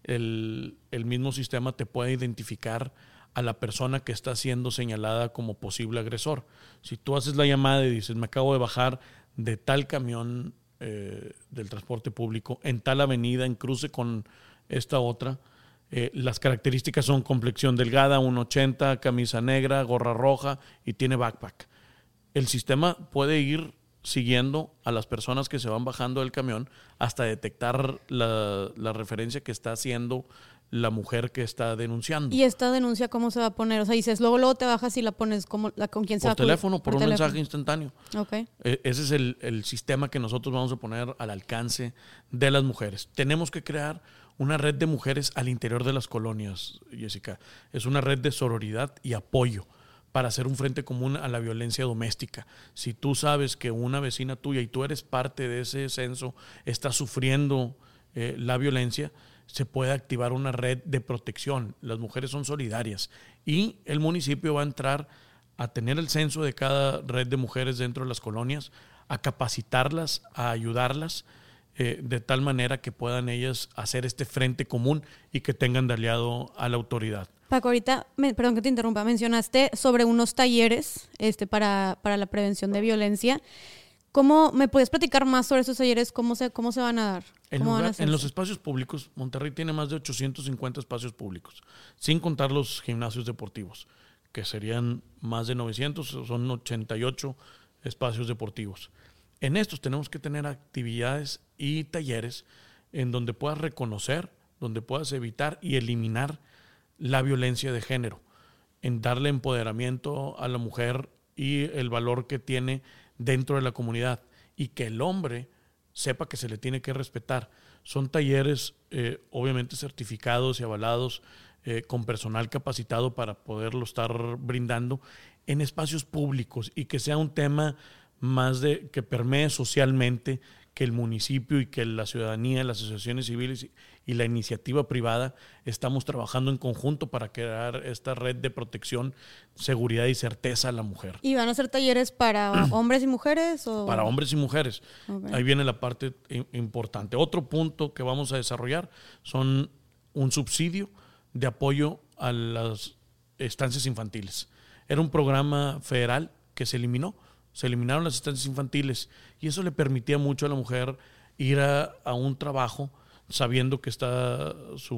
el, el mismo sistema te pueda identificar a la persona que está siendo señalada como posible agresor. Si tú haces la llamada y dices, me acabo de bajar de tal camión eh, del transporte público, en tal avenida, en cruce con esta otra, eh, las características son complexión delgada, uno ochenta, camisa negra, gorra roja y tiene backpack. El sistema puede ir siguiendo a las personas que se van bajando del camión hasta detectar la, la referencia que está haciendo la mujer que está denunciando. ¿Y esta denuncia cómo se va a poner? O sea, dices, luego luego te bajas y la pones como la, con quién se va a... Por teléfono, por, por un teléfono. Mensaje instantáneo. Okay. Eh, ese es el, el sistema que nosotros vamos a poner al alcance de las mujeres. Tenemos que crear una red de mujeres al interior de las colonias, Jessica. Es una red de sororidad y apoyo para hacer un frente común a la violencia doméstica. Si tú sabes que una vecina tuya y tú eres parte de ese censo está sufriendo eh, la violencia, se puede activar una red de protección. Las mujeres son solidarias y el municipio va a entrar a tener el censo de cada red de mujeres dentro de las colonias, a capacitarlas, a ayudarlas eh, de tal manera que puedan ellas hacer este frente común y que tengan de aliado a la autoridad. Paco, ahorita, me, perdón que te interrumpa, mencionaste sobre unos talleres este, para, para la prevención de violencia. ¿Cómo me puedes platicar más sobre esos talleres? ¿Cómo se, cómo se van a dar? En, lugar, en los espacios públicos, Monterrey tiene más de ochocientos cincuenta espacios públicos, sin contar los gimnasios deportivos, que serían más de novecientos, son ochenta y ocho espacios deportivos. En estos tenemos que tener actividades y talleres en donde puedas reconocer, donde puedas evitar y eliminar la violencia de género, en darle empoderamiento a la mujer y el valor que tiene dentro de la comunidad, y que el hombre sepa que se le tiene que respetar. Son talleres eh, obviamente certificados y avalados eh, con personal capacitado para poderlo estar brindando en espacios públicos, y que sea un tema más de que permee socialmente, que el municipio y que la ciudadanía, las asociaciones civiles y la iniciativa privada estamos trabajando en conjunto para crear esta red de protección, seguridad y certeza a la mujer. ¿Y van a ser talleres para hombres y mujeres? O? Para hombres y mujeres. Okay. Ahí viene la parte importante. Otro punto que vamos a desarrollar son un subsidio de apoyo a las estancias infantiles. Era un programa federal que se eliminó. Se eliminaron las estancias infantiles y eso le permitía mucho a la mujer ir a, a un trabajo sabiendo que está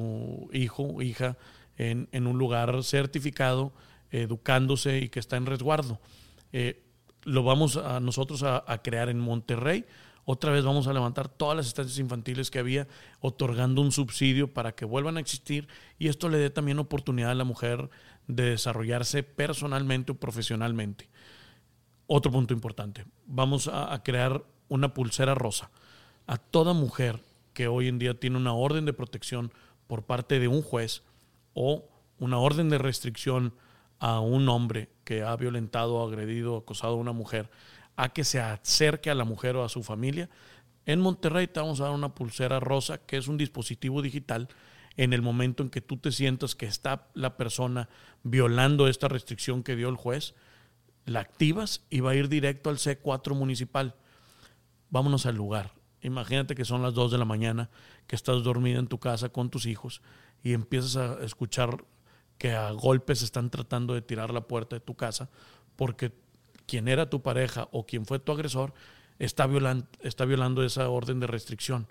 su hijo o hija en, en un lugar certificado, educándose y que está en resguardo. Eh, lo vamos a nosotros a, a crear en Monterrey. Otra vez vamos a levantar todas las estancias infantiles que había, otorgando un subsidio para que vuelvan a existir, y esto le dé también oportunidad a la mujer de desarrollarse personalmente o profesionalmente. Otro punto importante, vamos a, a crear una pulsera rosa. A toda mujer que hoy en día tiene una orden de protección por parte de un juez o una orden de restricción a un hombre que ha violentado, agredido, acosado a una mujer, a que se acerque a la mujer o a su familia, en Monterrey te vamos a dar una pulsera rosa, que es un dispositivo digital. En el momento en que tú te sientas que está la persona violando esta restricción que dio el juez, la activas y va a ir directo al C cuatro municipal. Vámonos al lugar. Imagínate que son las dos de la mañana, que estás dormida en tu casa con tus hijos y empiezas a escuchar que a golpes están tratando de tirar la puerta de tu casa porque quien era tu pareja o quien fue tu agresor está violando, está violando esa orden de restricción.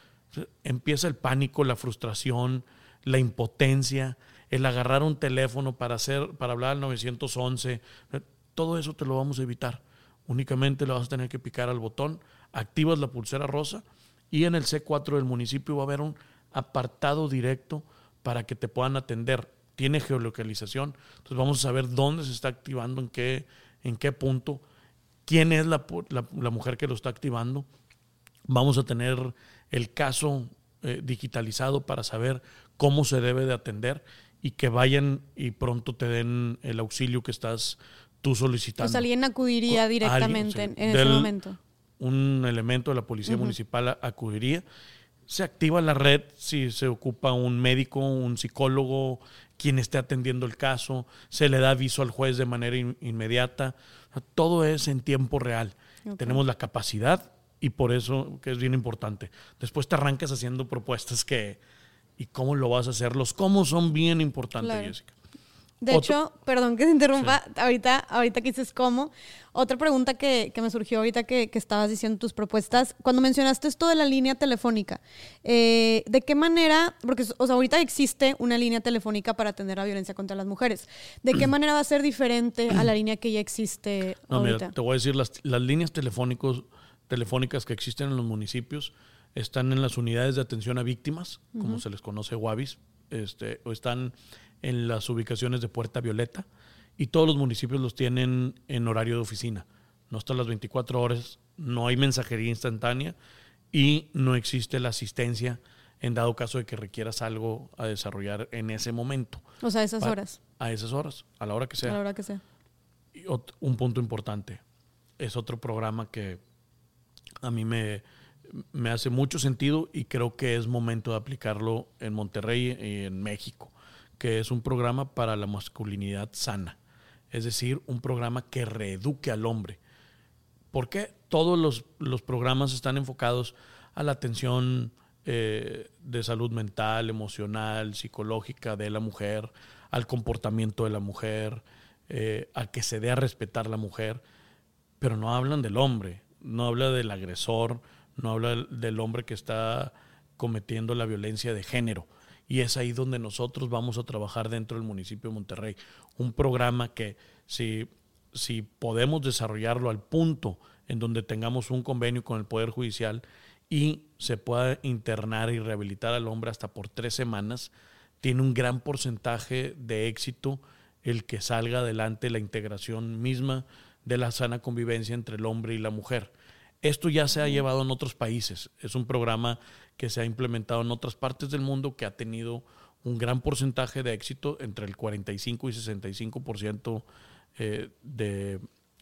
Empieza el pánico, la frustración, la impotencia, el agarrar un teléfono para hacer, para hablar al nueve once. Todo eso te lo vamos a evitar. Únicamente le vas a tener que picar al botón, activas la pulsera rosa y en el C cuatro del municipio va a haber un apartado directo para que te puedan atender. Tiene geolocalización, entonces vamos a saber dónde se está activando, en qué, en qué punto, quién es la, la, la mujer que lo está activando. Vamos a tener el caso eh, digitalizado para saber cómo se debe de atender y que vayan y pronto te den el auxilio que estás tú solicitando. O sea, alguien acudiría directamente alguien, sí, en, en ese momento. Un elemento de la policía uh-huh. municipal acudiría. Se activa la red si se ocupa un médico, un psicólogo, quien esté atendiendo el caso. Se le da aviso al juez de manera in- inmediata. O sea, todo es en tiempo real. Okay. Tenemos la capacidad y por eso que es bien importante. Después te arrancas haciendo propuestas que... ¿Y cómo lo vas a hacer? Los cómo son bien importantes, claro. Jessica. De Otro, hecho, perdón que te interrumpa, sí. ahorita, ahorita que dices cómo, otra pregunta que, que me surgió ahorita que, que estabas diciendo tus propuestas, cuando mencionaste esto de la línea telefónica, eh, ¿de qué manera, porque o sea, ahorita existe una línea telefónica para atender la violencia contra las mujeres, ¿de qué manera va a ser diferente a la línea que ya existe no, ahorita? Mira, te voy a decir, las, las líneas telefónicos, telefónicas que existen en los municipios están en las unidades de atención a víctimas, uh-huh. como se les conoce U A V I S, este, o están en las ubicaciones de Puerta Violeta, y todos los municipios los tienen en horario de oficina. No están las veinticuatro horas, no hay mensajería instantánea y no existe la asistencia en dado caso de que requieras algo a desarrollar en ese momento. O sea, a esas horas. A esas horas, a la hora que sea. A la hora que sea. Y otro, un punto importante, es otro programa que a mí me, me hace mucho sentido y creo que es momento de aplicarlo en Monterrey y en México, que es un programa para la masculinidad sana. Es decir, un programa que reeduque al hombre. ¿Por qué? Todos los, los programas están enfocados a la atención eh, de salud mental, emocional, psicológica de la mujer, al comportamiento de la mujer, eh, a que se dé a respetar la mujer, pero no hablan del hombre, no habla del agresor, no habla del hombre que está cometiendo la violencia de género. Y es ahí donde nosotros vamos a trabajar dentro del municipio de Monterrey. Un programa que si, si podemos desarrollarlo al punto en donde tengamos un convenio con el Poder Judicial y se pueda internar y rehabilitar al hombre hasta por tres semanas, tiene un gran porcentaje de éxito el que salga adelante la integración misma de la sana convivencia entre el hombre y la mujer. Esto ya se ha llevado en otros países. Es un programa que se ha implementado en otras partes del mundo que ha tenido un gran porcentaje de éxito, entre el cuarenta y cinco y sesenta y cinco por ciento eh, de,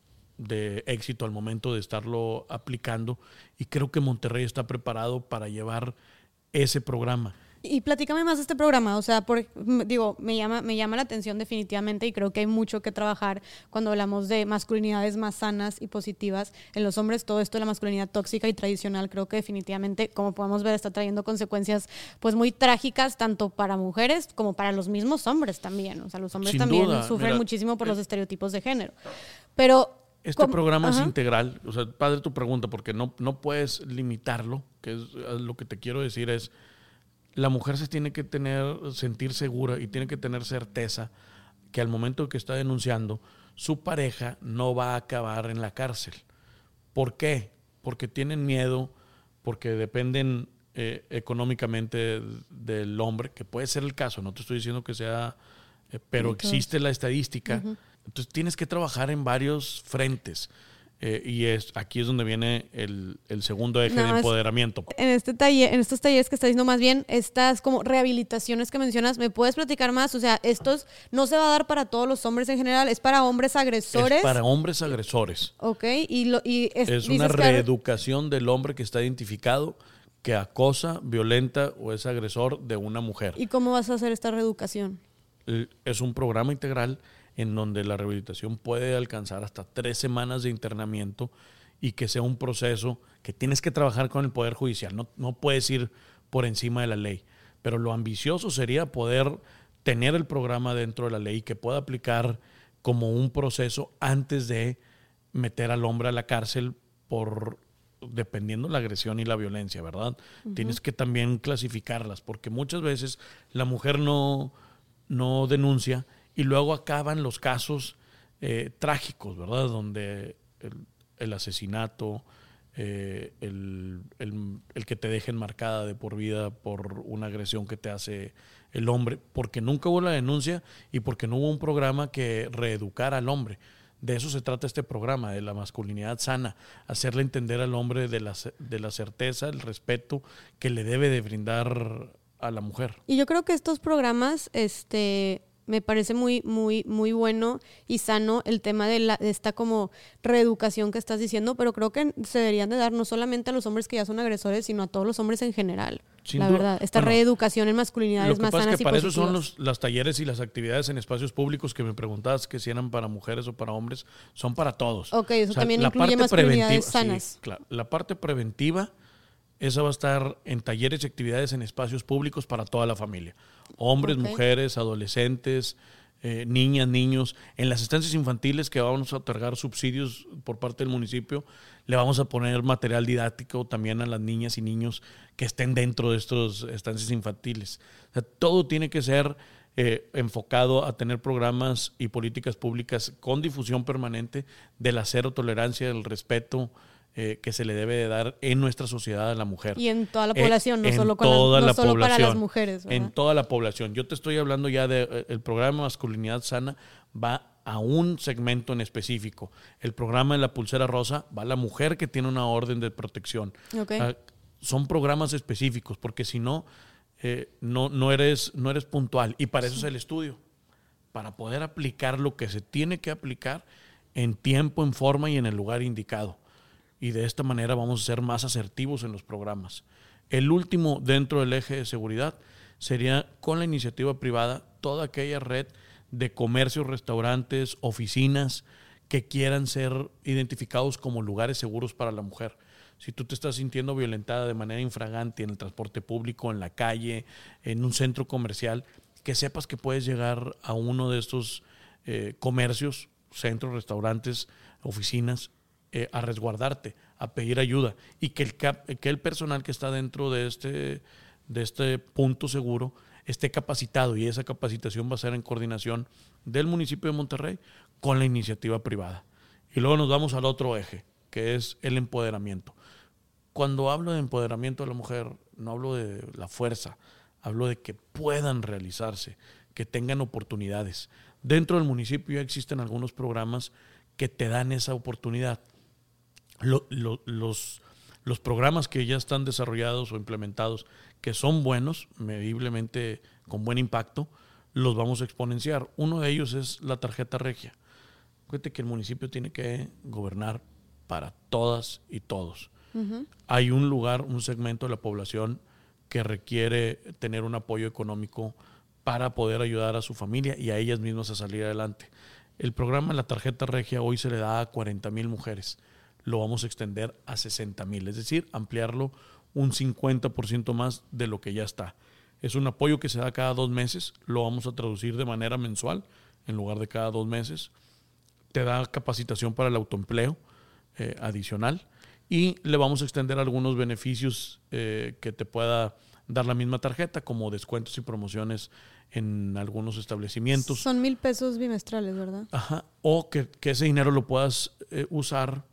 de éxito al momento de estarlo aplicando. Y creo que Monterrey está preparado para llevar ese programa. Y platícame más de este programa, o sea, por, digo, me llama, me llama la atención definitivamente y creo que hay mucho que trabajar cuando hablamos de masculinidades más sanas y positivas. En los hombres todo esto de la masculinidad tóxica y tradicional creo que definitivamente, como podemos ver, está trayendo consecuencias pues muy trágicas tanto para mujeres como para los mismos hombres también. O sea, los hombres Sin también duda, sufren mira, muchísimo por eh, los estereotipos de género. Pero... Este ¿cómo? programa Ajá. es integral. O sea, padre tu pregunta, porque no, no puedes limitarlo, que es lo que te quiero decir es... La mujer se tiene que tener, sentir segura y tiene que tener certeza que al momento que está denunciando, su pareja no va a acabar en la cárcel. ¿Por qué? Porque tienen miedo, porque dependen eh, económicamente del hombre, que puede ser el caso, no te estoy diciendo que sea eh, pero existe la estadística. Uh-huh. Entonces tienes que trabajar en varios frentes. Eh, y es aquí es donde viene el, el segundo eje no, de empoderamiento. En este taller, en estos talleres que estás diciendo más bien, estas como rehabilitaciones que mencionas, ¿me puedes platicar más? O sea, estos no se va a dar para todos los hombres en general, es para hombres agresores. Es para hombres agresores. Ok, y, lo, y es, es una reeducación que... del hombre que está identificado que acosa, violenta o es agresor de una mujer. ¿Y cómo vas a hacer esta reeducación? Es un programa integral en donde la rehabilitación puede alcanzar hasta tres semanas de internamiento y que sea un proceso que tienes que trabajar con el Poder Judicial. No, no puedes ir por encima de la ley. Pero lo ambicioso sería poder tener el programa dentro de la ley que pueda aplicar como un proceso antes de meter al hombre a la cárcel por, dependiendo de la agresión y la violencia, ¿verdad? Uh-huh. Tienes que también clasificarlas, porque muchas veces la mujer no, no denuncia y luego acaban los casos eh, trágicos, ¿verdad? Donde el, el asesinato, eh, el, el, el que te dejen marcada de por vida por una agresión que te hace el hombre, porque nunca hubo la denuncia y porque no hubo un programa que reeducara al hombre. De eso se trata este programa, de la masculinidad sana, hacerle entender al hombre de la, de la certeza, el respeto que le debe de brindar a la mujer. Y yo creo que estos programas, este... me parece muy, muy, muy bueno y sano el tema de, la, de esta como reeducación que estás diciendo, pero creo que se deberían de dar no solamente a los hombres que ya son agresores, sino a todos los hombres en general. Sin la duda. verdad, esta bueno, reeducación en masculinidades más sanas y positivas. Lo que pasa es que para eso son los, las talleres y las actividades en espacios públicos que me preguntabas que si eran para mujeres o para hombres, son para todos. Ok, eso o sea, también incluye masculinidades sanas. Sí, claro, la parte preventiva, esa va a estar en talleres y actividades en espacios públicos para toda la familia. Hombres, okay. mujeres, adolescentes, eh, niñas, niños. En las estancias infantiles que vamos a otorgar subsidios por parte del municipio, le vamos a poner material didáctico también a las niñas y niños que estén dentro de estas estancias infantiles. O sea, todo tiene que ser eh, enfocado a tener programas y políticas públicas con difusión permanente de la cero tolerancia, del respeto, Eh, que se le debe de dar en nuestra sociedad a la mujer. Y en toda la población, eh, no solo, con la, no solo para las mujeres. ¿verdad? En toda la población. Yo te estoy hablando ya del de, programa Masculinidad Sana, va a un segmento en específico. El programa de la Pulsera Rosa va a la mujer que tiene una orden de protección. Okay. Uh, son programas específicos, porque si no, eh, no, no, eres, no eres puntual. Y para eso es el estudio, para poder aplicar lo que se tiene que aplicar en tiempo, en forma y en el lugar indicado. Y de esta manera vamos a ser más asertivos en los programas. El último dentro del eje de seguridad sería con la iniciativa privada toda aquella red de comercios, restaurantes, oficinas que quieran ser identificados como lugares seguros para la mujer. Si tú te estás sintiendo violentada de manera infragante en el transporte público, en la calle, en un centro comercial, que sepas que puedes llegar a uno de estos eh, comercios, centros, restaurantes, oficinas, Eh, a resguardarte, a pedir ayuda y que el, cap, que el personal que está dentro de este, de este punto seguro esté capacitado, y esa capacitación va a ser en coordinación del municipio de Monterrey con la iniciativa privada. Y luego nos vamos al otro eje, que es el empoderamiento. Cuando hablo de empoderamiento de la mujer, no hablo de la fuerza, hablo de que puedan realizarse, que tengan oportunidades. Dentro del municipio ya existen algunos programas que te dan esa oportunidad. Lo, lo, los, los programas que ya están desarrollados o implementados, que son buenos, mediblemente con buen impacto, los vamos a exponenciar. Uno de ellos es la tarjeta regia. Fíjate que el municipio tiene que gobernar para todas y todos. Uh-huh. Hay un lugar, un segmento de la población que requiere tener un apoyo económico para poder ayudar a su familia y a ellas mismas a salir adelante. El programa La Tarjeta Regia hoy se le da a cuarenta mil mujeres. Lo vamos a extender a sesenta mil, es decir, ampliarlo un cincuenta por ciento más de lo que ya está. Es un apoyo que se da cada dos meses, lo vamos a traducir de manera mensual en lugar de cada dos meses. Te da capacitación para el autoempleo eh, adicional y le vamos a extender algunos beneficios eh, que te pueda dar la misma tarjeta, como descuentos y promociones en algunos establecimientos. Son mil pesos bimestrales, ¿verdad? Ajá. O que, que ese dinero lo puedas eh, usar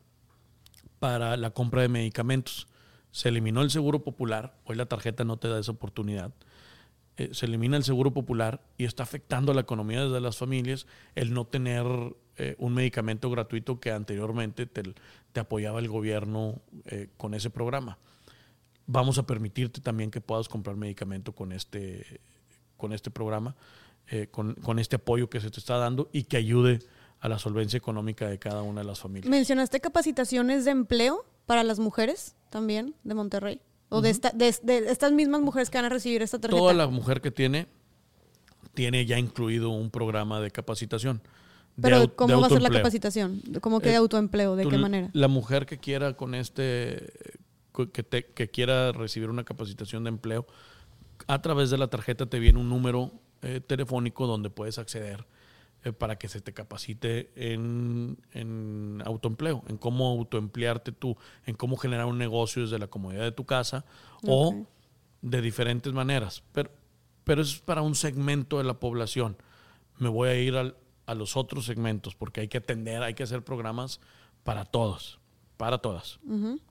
para la compra de medicamentos. Se eliminó el seguro popular, hoy la tarjeta no te da esa oportunidad. eh, se elimina el seguro popular y está afectando a la economía de las familias el no tener eh, un medicamento gratuito que anteriormente te, te apoyaba el gobierno eh, con ese programa. Vamos a permitirte también que puedas comprar medicamento con este, con este programa, eh, con, con este apoyo que se te está dando y que ayude a la solvencia económica de cada una de las familias. ¿Mencionaste capacitaciones de empleo para las mujeres también de Monterrey? ¿O uh-huh. de, esta, de, de estas mismas mujeres que van a recibir esta tarjeta? Toda la mujer que tiene, tiene ya incluido un programa de capacitación. Pero de, ¿cómo de va a ser la capacitación? ¿Cómo que de autoempleo? ¿De tú, qué manera? La mujer que quiera con este, que, te, que quiera recibir una capacitación de empleo, a través de la tarjeta te viene un número eh, telefónico donde puedes acceder eh, para que se te capacite en, en autoempleo, en cómo autoemplearte tú, en cómo generar un negocio desde la comodidad de tu casa okay. o de diferentes maneras. Pero, pero eso es para un segmento de la población. Me voy a ir al a los otros segmentos, porque hay que atender, hay que hacer programas para todos, para todas. Uh-huh.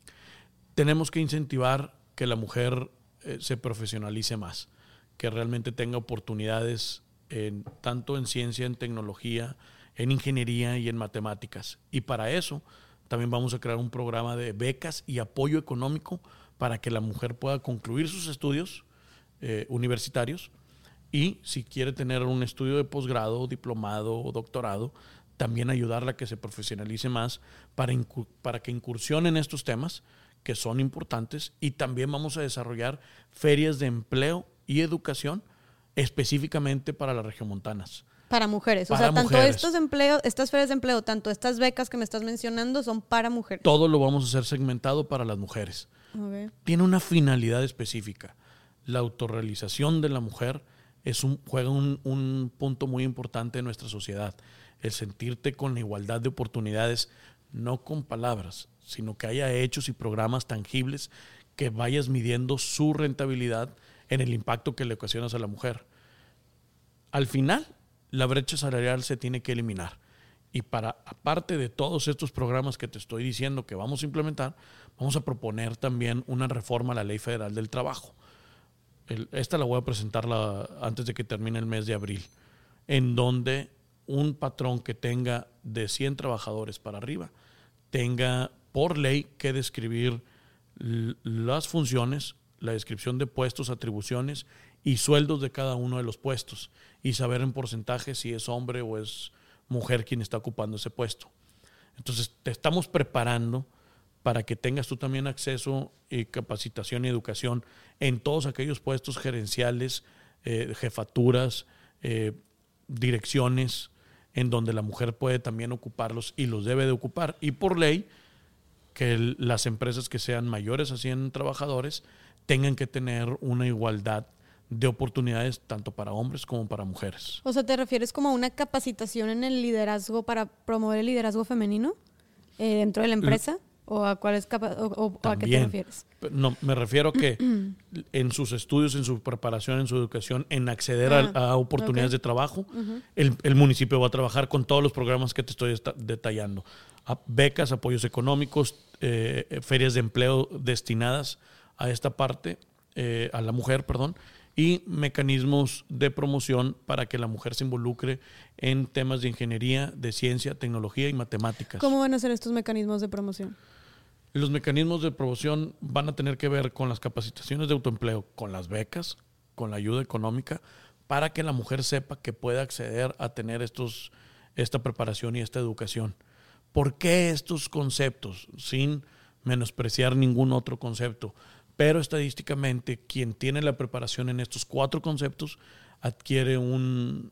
Tenemos que incentivar que la mujer eh, se profesionalice más, que realmente tenga oportunidades en, tanto en ciencia, en tecnología, en ingeniería y en matemáticas. Y para eso también vamos a crear un programa de becas y apoyo económico para que la mujer pueda concluir sus estudios eh, universitarios. Y si quiere tener un estudio de posgrado, diplomado o doctorado, también ayudarla a que se profesionalice más para, incu- para que incursione en estos temas que son importantes. Y también vamos a desarrollar ferias de empleo y educación específicamente para las regiomontanas. Para mujeres. Para o sea, tanto mujeres. estos empleos, estas ferias de empleo, tanto estas becas que me estás mencionando son para mujeres. Todo lo vamos a hacer segmentado para las mujeres. Okay. Tiene una finalidad específica. La autorrealización de la mujer es un, juega un, un punto muy importante en nuestra sociedad. El sentirte con la igualdad de oportunidades, no con palabras, sino que haya hechos y programas tangibles que vayas midiendo su rentabilidad en el impacto que le ocasionas a la mujer. Al final, la brecha salarial se tiene que eliminar. Y para, aparte de todos estos programas que te estoy diciendo que vamos a implementar, vamos a proponer también una reforma a la Ley Federal del Trabajo. Esta la voy a presentar la, antes de que termine el mes de abril, en donde un patrón que tenga de cien trabajadores para arriba tenga por ley que describir l- las funciones, la descripción de puestos, atribuciones y sueldos de cada uno de los puestos y saber en porcentaje si es hombre o es mujer quien está ocupando ese puesto. Entonces te estamos preparando para que tengas tú también acceso y capacitación y educación en todos aquellos puestos gerenciales, eh, jefaturas, eh, direcciones, en donde la mujer puede también ocuparlos y los debe de ocupar. Y por ley, que el, las empresas que sean mayores a cien trabajadores tengan que tener una igualdad de oportunidades tanto para hombres como para mujeres. O sea, ¿te refieres como a una capacitación en el liderazgo para promover el liderazgo femenino eh, dentro de la empresa? L- ¿O a cuál es capa- o, o, o a qué te refieres? No, me refiero a que en sus estudios, en su preparación, en su educación, en acceder ah, a, a oportunidades okay. de trabajo, uh-huh. el, el municipio va a trabajar con todos los programas que te estoy esta- detallando. A becas, apoyos económicos, eh, ferias de empleo destinadas a esta parte, eh, a la mujer, perdón, y mecanismos de promoción para que la mujer se involucre en temas de ingeniería, de ciencia, tecnología y matemáticas. ¿Cómo van a ser estos mecanismos de promoción? Los mecanismos de promoción van a tener que ver con las capacitaciones de autoempleo, con las becas, con la ayuda económica, para que la mujer sepa que puede acceder a tener estos, esta preparación y esta educación. ¿Por qué estos conceptos? Sin menospreciar ningún otro concepto. Pero estadísticamente, quien tiene la preparación en estos cuatro conceptos adquiere un,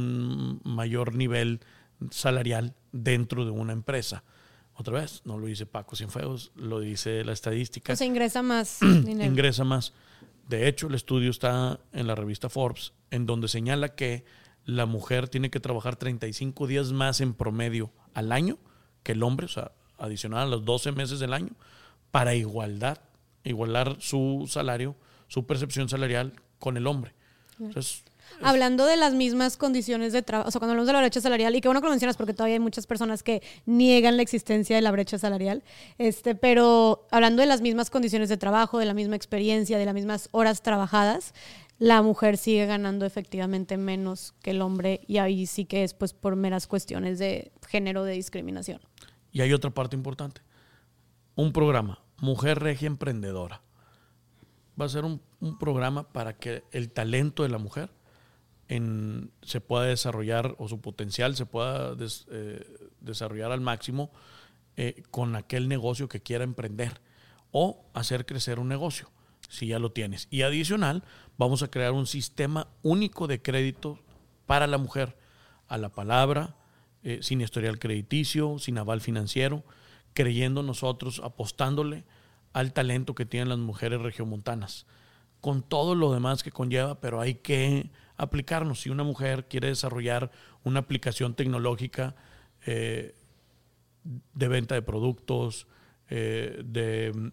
un mayor nivel salarial dentro de una empresa. Otra vez, no lo dice Paco Cienfuegos, lo dice la estadística. O sea, ingresa más dinero. Ingresa más. De hecho, el estudio está en la revista Forbes, en donde señala que la mujer tiene que trabajar treinta y cinco días más en promedio al año que el hombre, o sea, adicional a los doce meses del año, para igualdad, igualar su salario, su percepción salarial con el hombre. Entonces, hablando de las mismas condiciones de trabajo, o sea, cuando hablamos de la brecha salarial, y qué bueno que lo mencionas porque todavía hay muchas personas que niegan la existencia de la brecha salarial, este, pero hablando de las mismas condiciones de trabajo, de la misma experiencia, de las mismas horas trabajadas, la mujer sigue ganando efectivamente menos que el hombre y ahí sí que es pues por meras cuestiones de género, de discriminación. Y hay otra parte importante. Un programa, Mujer Regia Emprendedora. Va a ser un, un programa para que el talento de la mujer en, se pueda desarrollar o su potencial se pueda des, eh, desarrollar al máximo eh, con aquel negocio que quiera emprender o hacer crecer un negocio, si ya lo tienes. Y adicional, vamos a crear un sistema único de crédito para la mujer, a la palabra, eh, sin historial crediticio, sin aval financiero, creyendo nosotros, apostándole al talento que tienen las mujeres regiomontanas, con todo lo demás que conlleva, pero hay que aplicarnos. Si una mujer quiere desarrollar una aplicación tecnológica eh, de venta de productos, eh, de,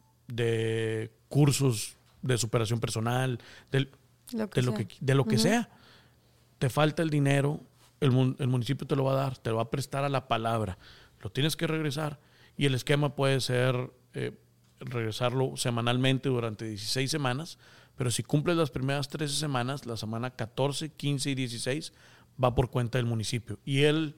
de cursos de superación personal, de Lo que de, lo sea. que, de lo que Ujú. sea, te falta el dinero, el, mun- el municipio te lo va a dar, te lo va a prestar a la palabra, lo tienes que regresar y el esquema puede ser eh, regresarlo semanalmente durante dieciséis semanas, pero si cumples las primeras trece semanas, la semana catorce, quince y dieciséis va por cuenta del municipio y el,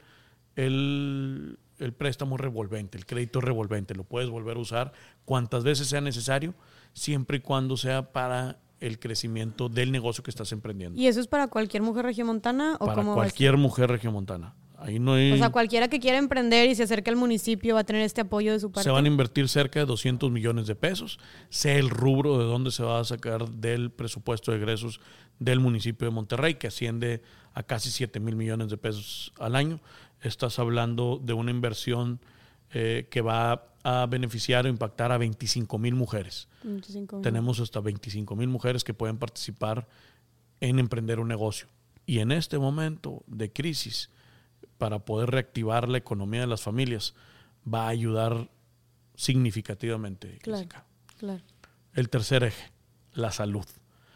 el, el préstamo es revolvente, el crédito es revolvente, lo puedes volver a usar cuantas veces sea necesario, siempre y cuando sea para el crecimiento del negocio que estás emprendiendo. ¿Y eso es para cualquier mujer regiomontana o Para cómo va a cualquier mujer regiomontana. Ahí no hay, ser? O sea, cualquiera que quiera emprender y se acerque al municipio va a tener este apoyo de su parte. se van a invertir cerca de doscientos millones de pesos, sea el rubro de dónde se va a sacar del presupuesto de egresos del municipio de Monterrey, que asciende a casi siete mil millones de pesos al año. Estás hablando de una inversión eh, que va a beneficiar o impactar a veinticinco mil mujeres. veinticinco mil. Tenemos hasta veinticinco mil mujeres que pueden participar en emprender un negocio. Y en este momento de crisis, para poder reactivar la economía de las familias, va a ayudar significativamente. Claro, Jessica. claro. El tercer eje, la salud.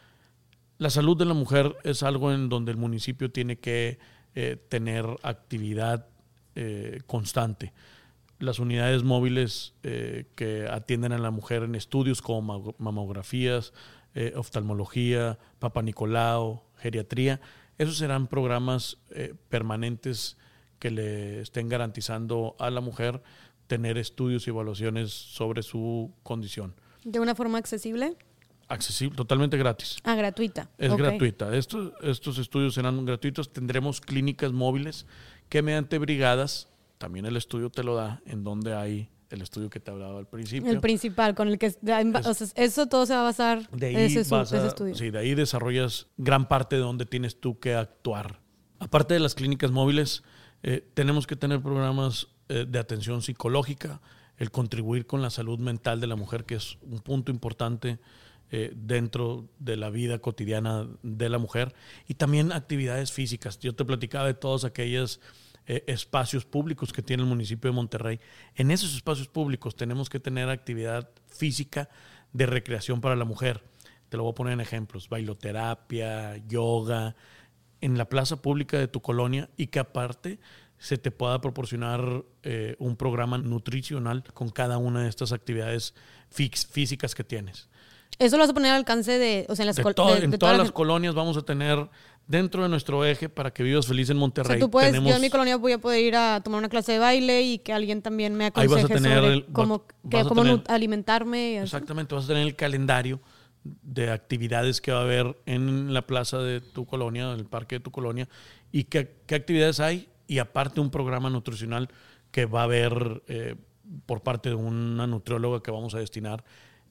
La salud de la mujer es algo en donde el municipio tiene que eh, tener actividad eh, constante. Las unidades móviles eh, que atienden a la mujer en estudios como mamografías, eh, oftalmología, Papa Nicolau, geriatría, esos serán programas eh, permanentes que le estén garantizando a la mujer tener estudios y evaluaciones sobre su condición. ¿De una forma accesible? Accesible, totalmente gratis. Ah, gratuita. Es Ok. gratuita. Estos, estos estudios serán gratuitos. Tendremos clínicas móviles que mediante brigadas, también el estudio te lo da, en donde hay el estudio que te hablaba al principio. El principal, con el que... O sea, eso todo se va a basar De ahí, en ese, su- vas a- ese estudio. sí, de ahí desarrollas gran parte de donde tienes tú que actuar. Aparte de las clínicas móviles, eh, tenemos que tener programas eh, de atención psicológica, el contribuir con la salud mental de la mujer, que es un punto importante eh, dentro de la vida cotidiana de la mujer, y también actividades físicas. Yo te platicaba de todos aquellos eh, espacios públicos que tiene el municipio de Monterrey. En esos espacios públicos tenemos que tener actividad física de recreación para la mujer. Te lo voy a poner en ejemplos: bailoterapia, yoga, en la plaza pública de tu colonia, y que aparte se te pueda proporcionar eh, un programa nutricional con cada una de estas actividades fix, físicas que tienes. Eso lo vas a poner al alcance de... O sea, en, las De col- todo- de- en de todas toda la las gente. colonias vamos a tener, dentro de nuestro eje, para que vivas feliz en O Monterrey, sea, tú puedes... tenemos, Yo en mi colonia voy a poder ir a tomar una clase de baile y que alguien también me Ahí vas a aconseje tener sobre el- cómo, vas- que- vas a cómo tener- nu- alimentarme. y así. exactamente, vas a tener el calendario de actividades que va a haber en la plaza de tu colonia, en el parque de tu colonia, y qué, qué actividades hay, y aparte un programa nutricional que va a haber eh, por parte de una nutrióloga que vamos a destinar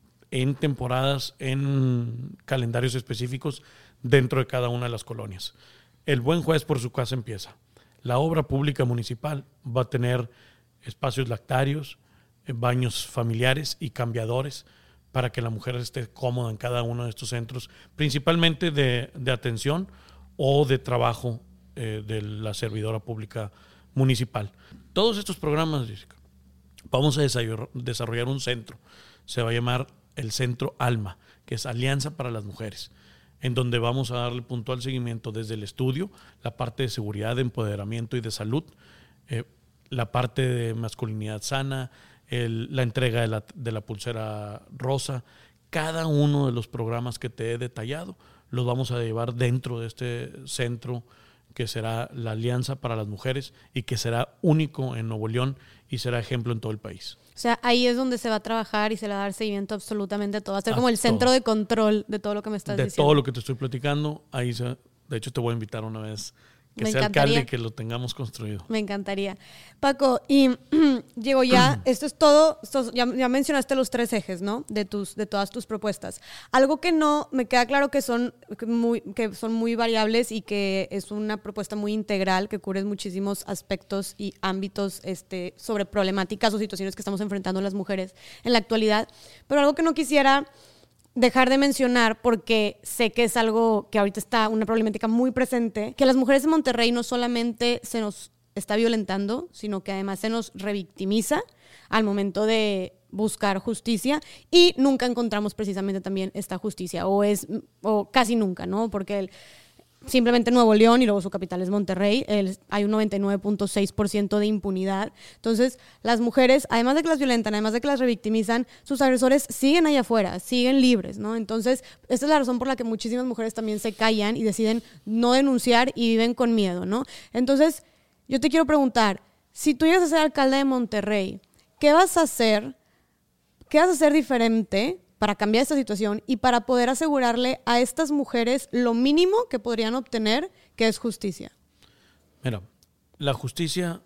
en temporadas, en calendarios específicos dentro de cada una de las colonias. El buen juez por su casa empieza. La obra pública municipal va a tener espacios lactarios, eh, baños familiares y cambiadores para que la mujer esté cómoda en cada uno de estos centros, principalmente de, de atención o de trabajo eh, de la servidora pública municipal. Todos estos programas, Jessica, vamos a desarrollar, desarrollar un centro. Se va a llamar el Centro ALMA, que es Alianza para las Mujeres, en donde vamos a darle puntual seguimiento desde el estudio, la parte de seguridad, de empoderamiento y de salud, eh, la parte de masculinidad sana, el, la entrega de la, de la pulsera rosa. Cada uno de los programas que te he detallado los vamos a llevar dentro de este centro que será la Alianza para las Mujeres y que será único en Nuevo León y será ejemplo en todo el país. O sea, ahí es donde se va a trabajar y se le va a dar seguimiento absolutamente a todo. Va a ser A como el centro todo. de control de todo lo que me estás de diciendo. todo lo que te estoy platicando, ahí se, de hecho te voy a invitar una vez que Me sea encantaría. alcalde y que lo tengamos construido. Me encantaría. Paco, y Diego, ya, esto es todo, esto- ya, ya mencionaste los tres ejes, ¿no? De tus, de todas tus propuestas. Algo que no, me queda claro que son que muy, que son muy variables y que es una propuesta muy integral que cubre muchísimos aspectos y ámbitos este, sobre problemáticas o situaciones que estamos enfrentando las mujeres en la actualidad. Pero algo que no quisiera dejar de mencionar, porque sé que es algo que ahorita está una problemática muy presente, que las mujeres en Monterrey no solamente se nos está violentando, sino que además se nos revictimiza al momento de buscar justicia y nunca encontramos precisamente también esta justicia, o es o casi nunca, ¿no? Porque el, simplemente Nuevo León y luego su capital es Monterrey, el, hay un noventa y nueve punto seis por ciento de impunidad. Entonces, las mujeres, además de que las violentan, además de que las revictimizan, sus agresores siguen allá afuera, siguen libres, ¿no? Entonces, esta es la razón por la que muchísimas mujeres también se callan y deciden no denunciar y viven con miedo, ¿no? Entonces, yo te quiero preguntar, si tú llegas a ser alcalde de Monterrey, ¿qué vas a hacer? ¿Qué vas a hacer diferente para cambiar esta situación y para poder asegurarle a estas mujeres lo mínimo que podrían obtener, que es justicia? Mira, la justicia,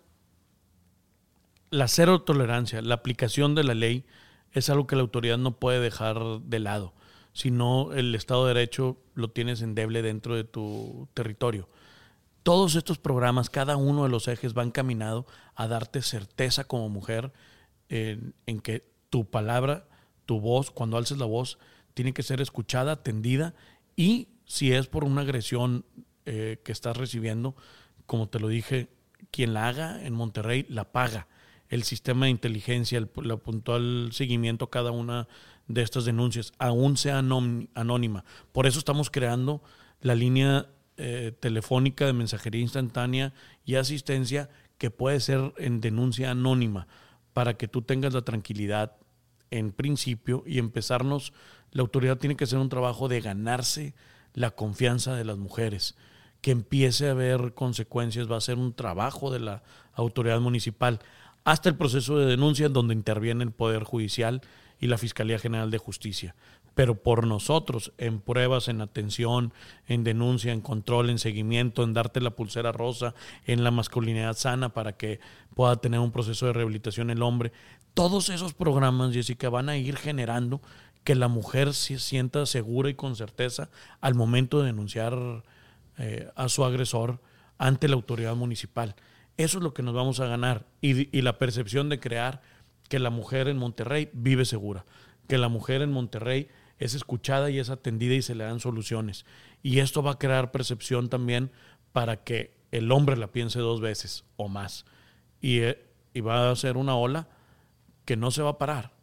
la cero tolerancia, la aplicación de la ley es algo que la autoridad no puede dejar de lado. Si no, el Estado de Derecho lo tienes endeble dentro de tu territorio. Todos estos programas, cada uno de los ejes va encaminado a darte certeza como mujer en, en que tu palabra, tu voz, cuando alces la voz, tiene que ser escuchada, atendida, y si es por una agresión eh, que estás recibiendo, como te lo dije, quien la haga en Monterrey la paga. El sistema de inteligencia, el, el puntual seguimiento a cada una de estas denuncias, aún sea anón, anónima. Por eso estamos creando la línea eh, telefónica de mensajería instantánea y asistencia que puede ser en denuncia anónima, para que tú tengas la tranquilidad en principio y empezarnos. La autoridad tiene que hacer un trabajo de ganarse la confianza de las mujeres, que empiece a haber consecuencias. Va a ser un trabajo de la autoridad municipal hasta el proceso de denuncia, donde interviene el Poder Judicial y la Fiscalía General de Justicia. Pero por nosotros, en pruebas, en atención, en denuncia, en control, en seguimiento, en darte la pulsera rosa, en la masculinidad sana para que pueda tener un proceso de rehabilitación el hombre. Todos esos programas, Jessica, van a ir generando que la mujer se sienta segura y con certeza al momento de denunciar eh, a su agresor ante la autoridad municipal. Eso es lo que nos vamos a ganar, y, y la percepción de crear que la mujer en Monterrey vive segura, que la mujer en Monterrey es escuchada y es atendida y se le dan soluciones. Y esto va a crear percepción también para que el hombre la piense dos veces o más. Y, y va a ser una ola que no se va a parar.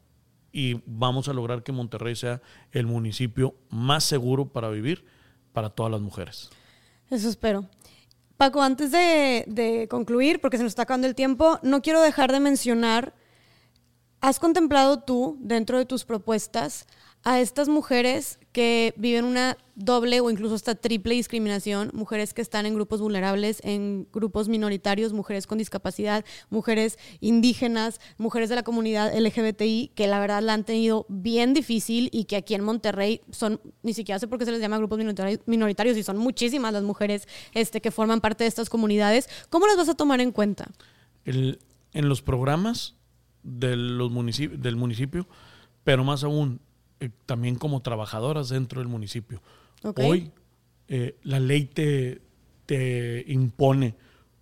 Y vamos a lograr que Monterrey sea el municipio más seguro para vivir para todas las mujeres. Eso espero. Paco, antes de, de concluir, porque se nos está acabando el tiempo, no quiero dejar de mencionar, ¿has contemplado tú, dentro de tus propuestas, a estas mujeres que viven una doble o incluso hasta triple discriminación? Mujeres que están en grupos vulnerables, en grupos minoritarios, mujeres con discapacidad, mujeres indígenas, mujeres de la comunidad L G B T I, que la verdad la han tenido bien difícil y que aquí en Monterrey son, ni siquiera sé por qué se les llama grupos minoritarios, minoritarios y son muchísimas las mujeres este, que forman parte de estas comunidades. ¿Cómo las vas a tomar en cuenta? El, en los programas de los municipio, del municipio, pero más aún, Eh, también como trabajadoras dentro del municipio. Okay. Hoy eh, la ley te, te impone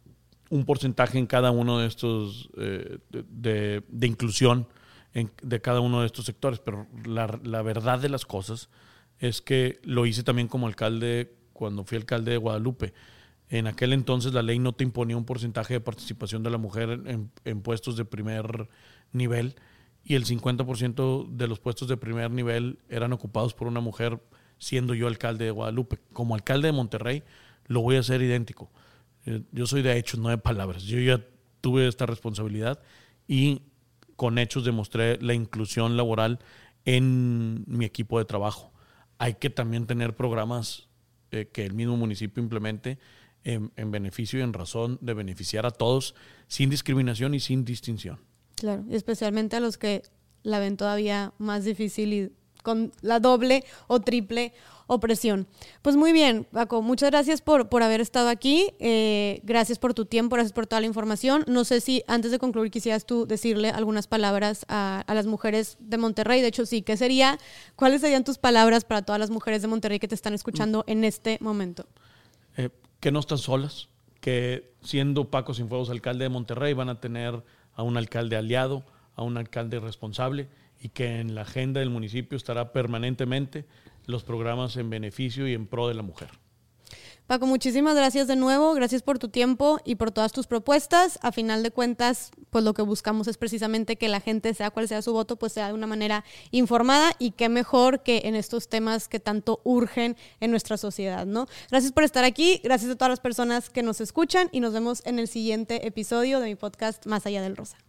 un porcentaje en cada uno de estos eh, de, de, de inclusión en, de cada uno de estos sectores, pero la, la verdad de las cosas es que lo hice también como alcalde cuando fui alcalde de Guadalupe. En aquel entonces la ley no te imponía un porcentaje de participación de la mujer en, en puestos de primer nivel, y el cincuenta por ciento de los puestos de primer nivel eran ocupados por una mujer, siendo yo alcalde de Guadalupe. Como alcalde de Monterrey lo voy a hacer idéntico. Yo soy de hechos, no de palabras. Yo ya tuve esta responsabilidad y con hechos demostré la inclusión laboral en mi equipo de trabajo. Hay que también tener programas eh, que el mismo municipio implemente en, en beneficio y en razón de beneficiar a todos sin discriminación y sin distinción. Claro, y especialmente a los que la ven todavía más difícil y con la doble o triple opresión. Pues muy bien, Paco, muchas gracias por, por haber estado aquí, eh, gracias por tu tiempo, gracias por toda la información. No sé si antes de concluir quisieras tú decirle algunas palabras a, a las mujeres de Monterrey. De hecho, sí, ¿qué sería? ¿Cuáles serían tus palabras para todas las mujeres de Monterrey que te están escuchando en este momento? Eh, que no están solas, que siendo Paco Cienfuegos alcalde de Monterrey van a tener a un alcalde aliado, a un alcalde responsable, y que en la agenda del municipio estará permanentemente los programas en beneficio y en pro de la mujer. Paco, muchísimas gracias de nuevo, gracias por tu tiempo y por todas tus propuestas. A final de cuentas, pues lo que buscamos es precisamente que la gente, sea cual sea su voto, pues sea de una manera informada, y qué mejor que en estos temas que tanto urgen en nuestra sociedad, ¿no? Gracias por estar aquí, gracias a todas las personas que nos escuchan y nos vemos en el siguiente episodio de mi podcast Más Allá del Rosa.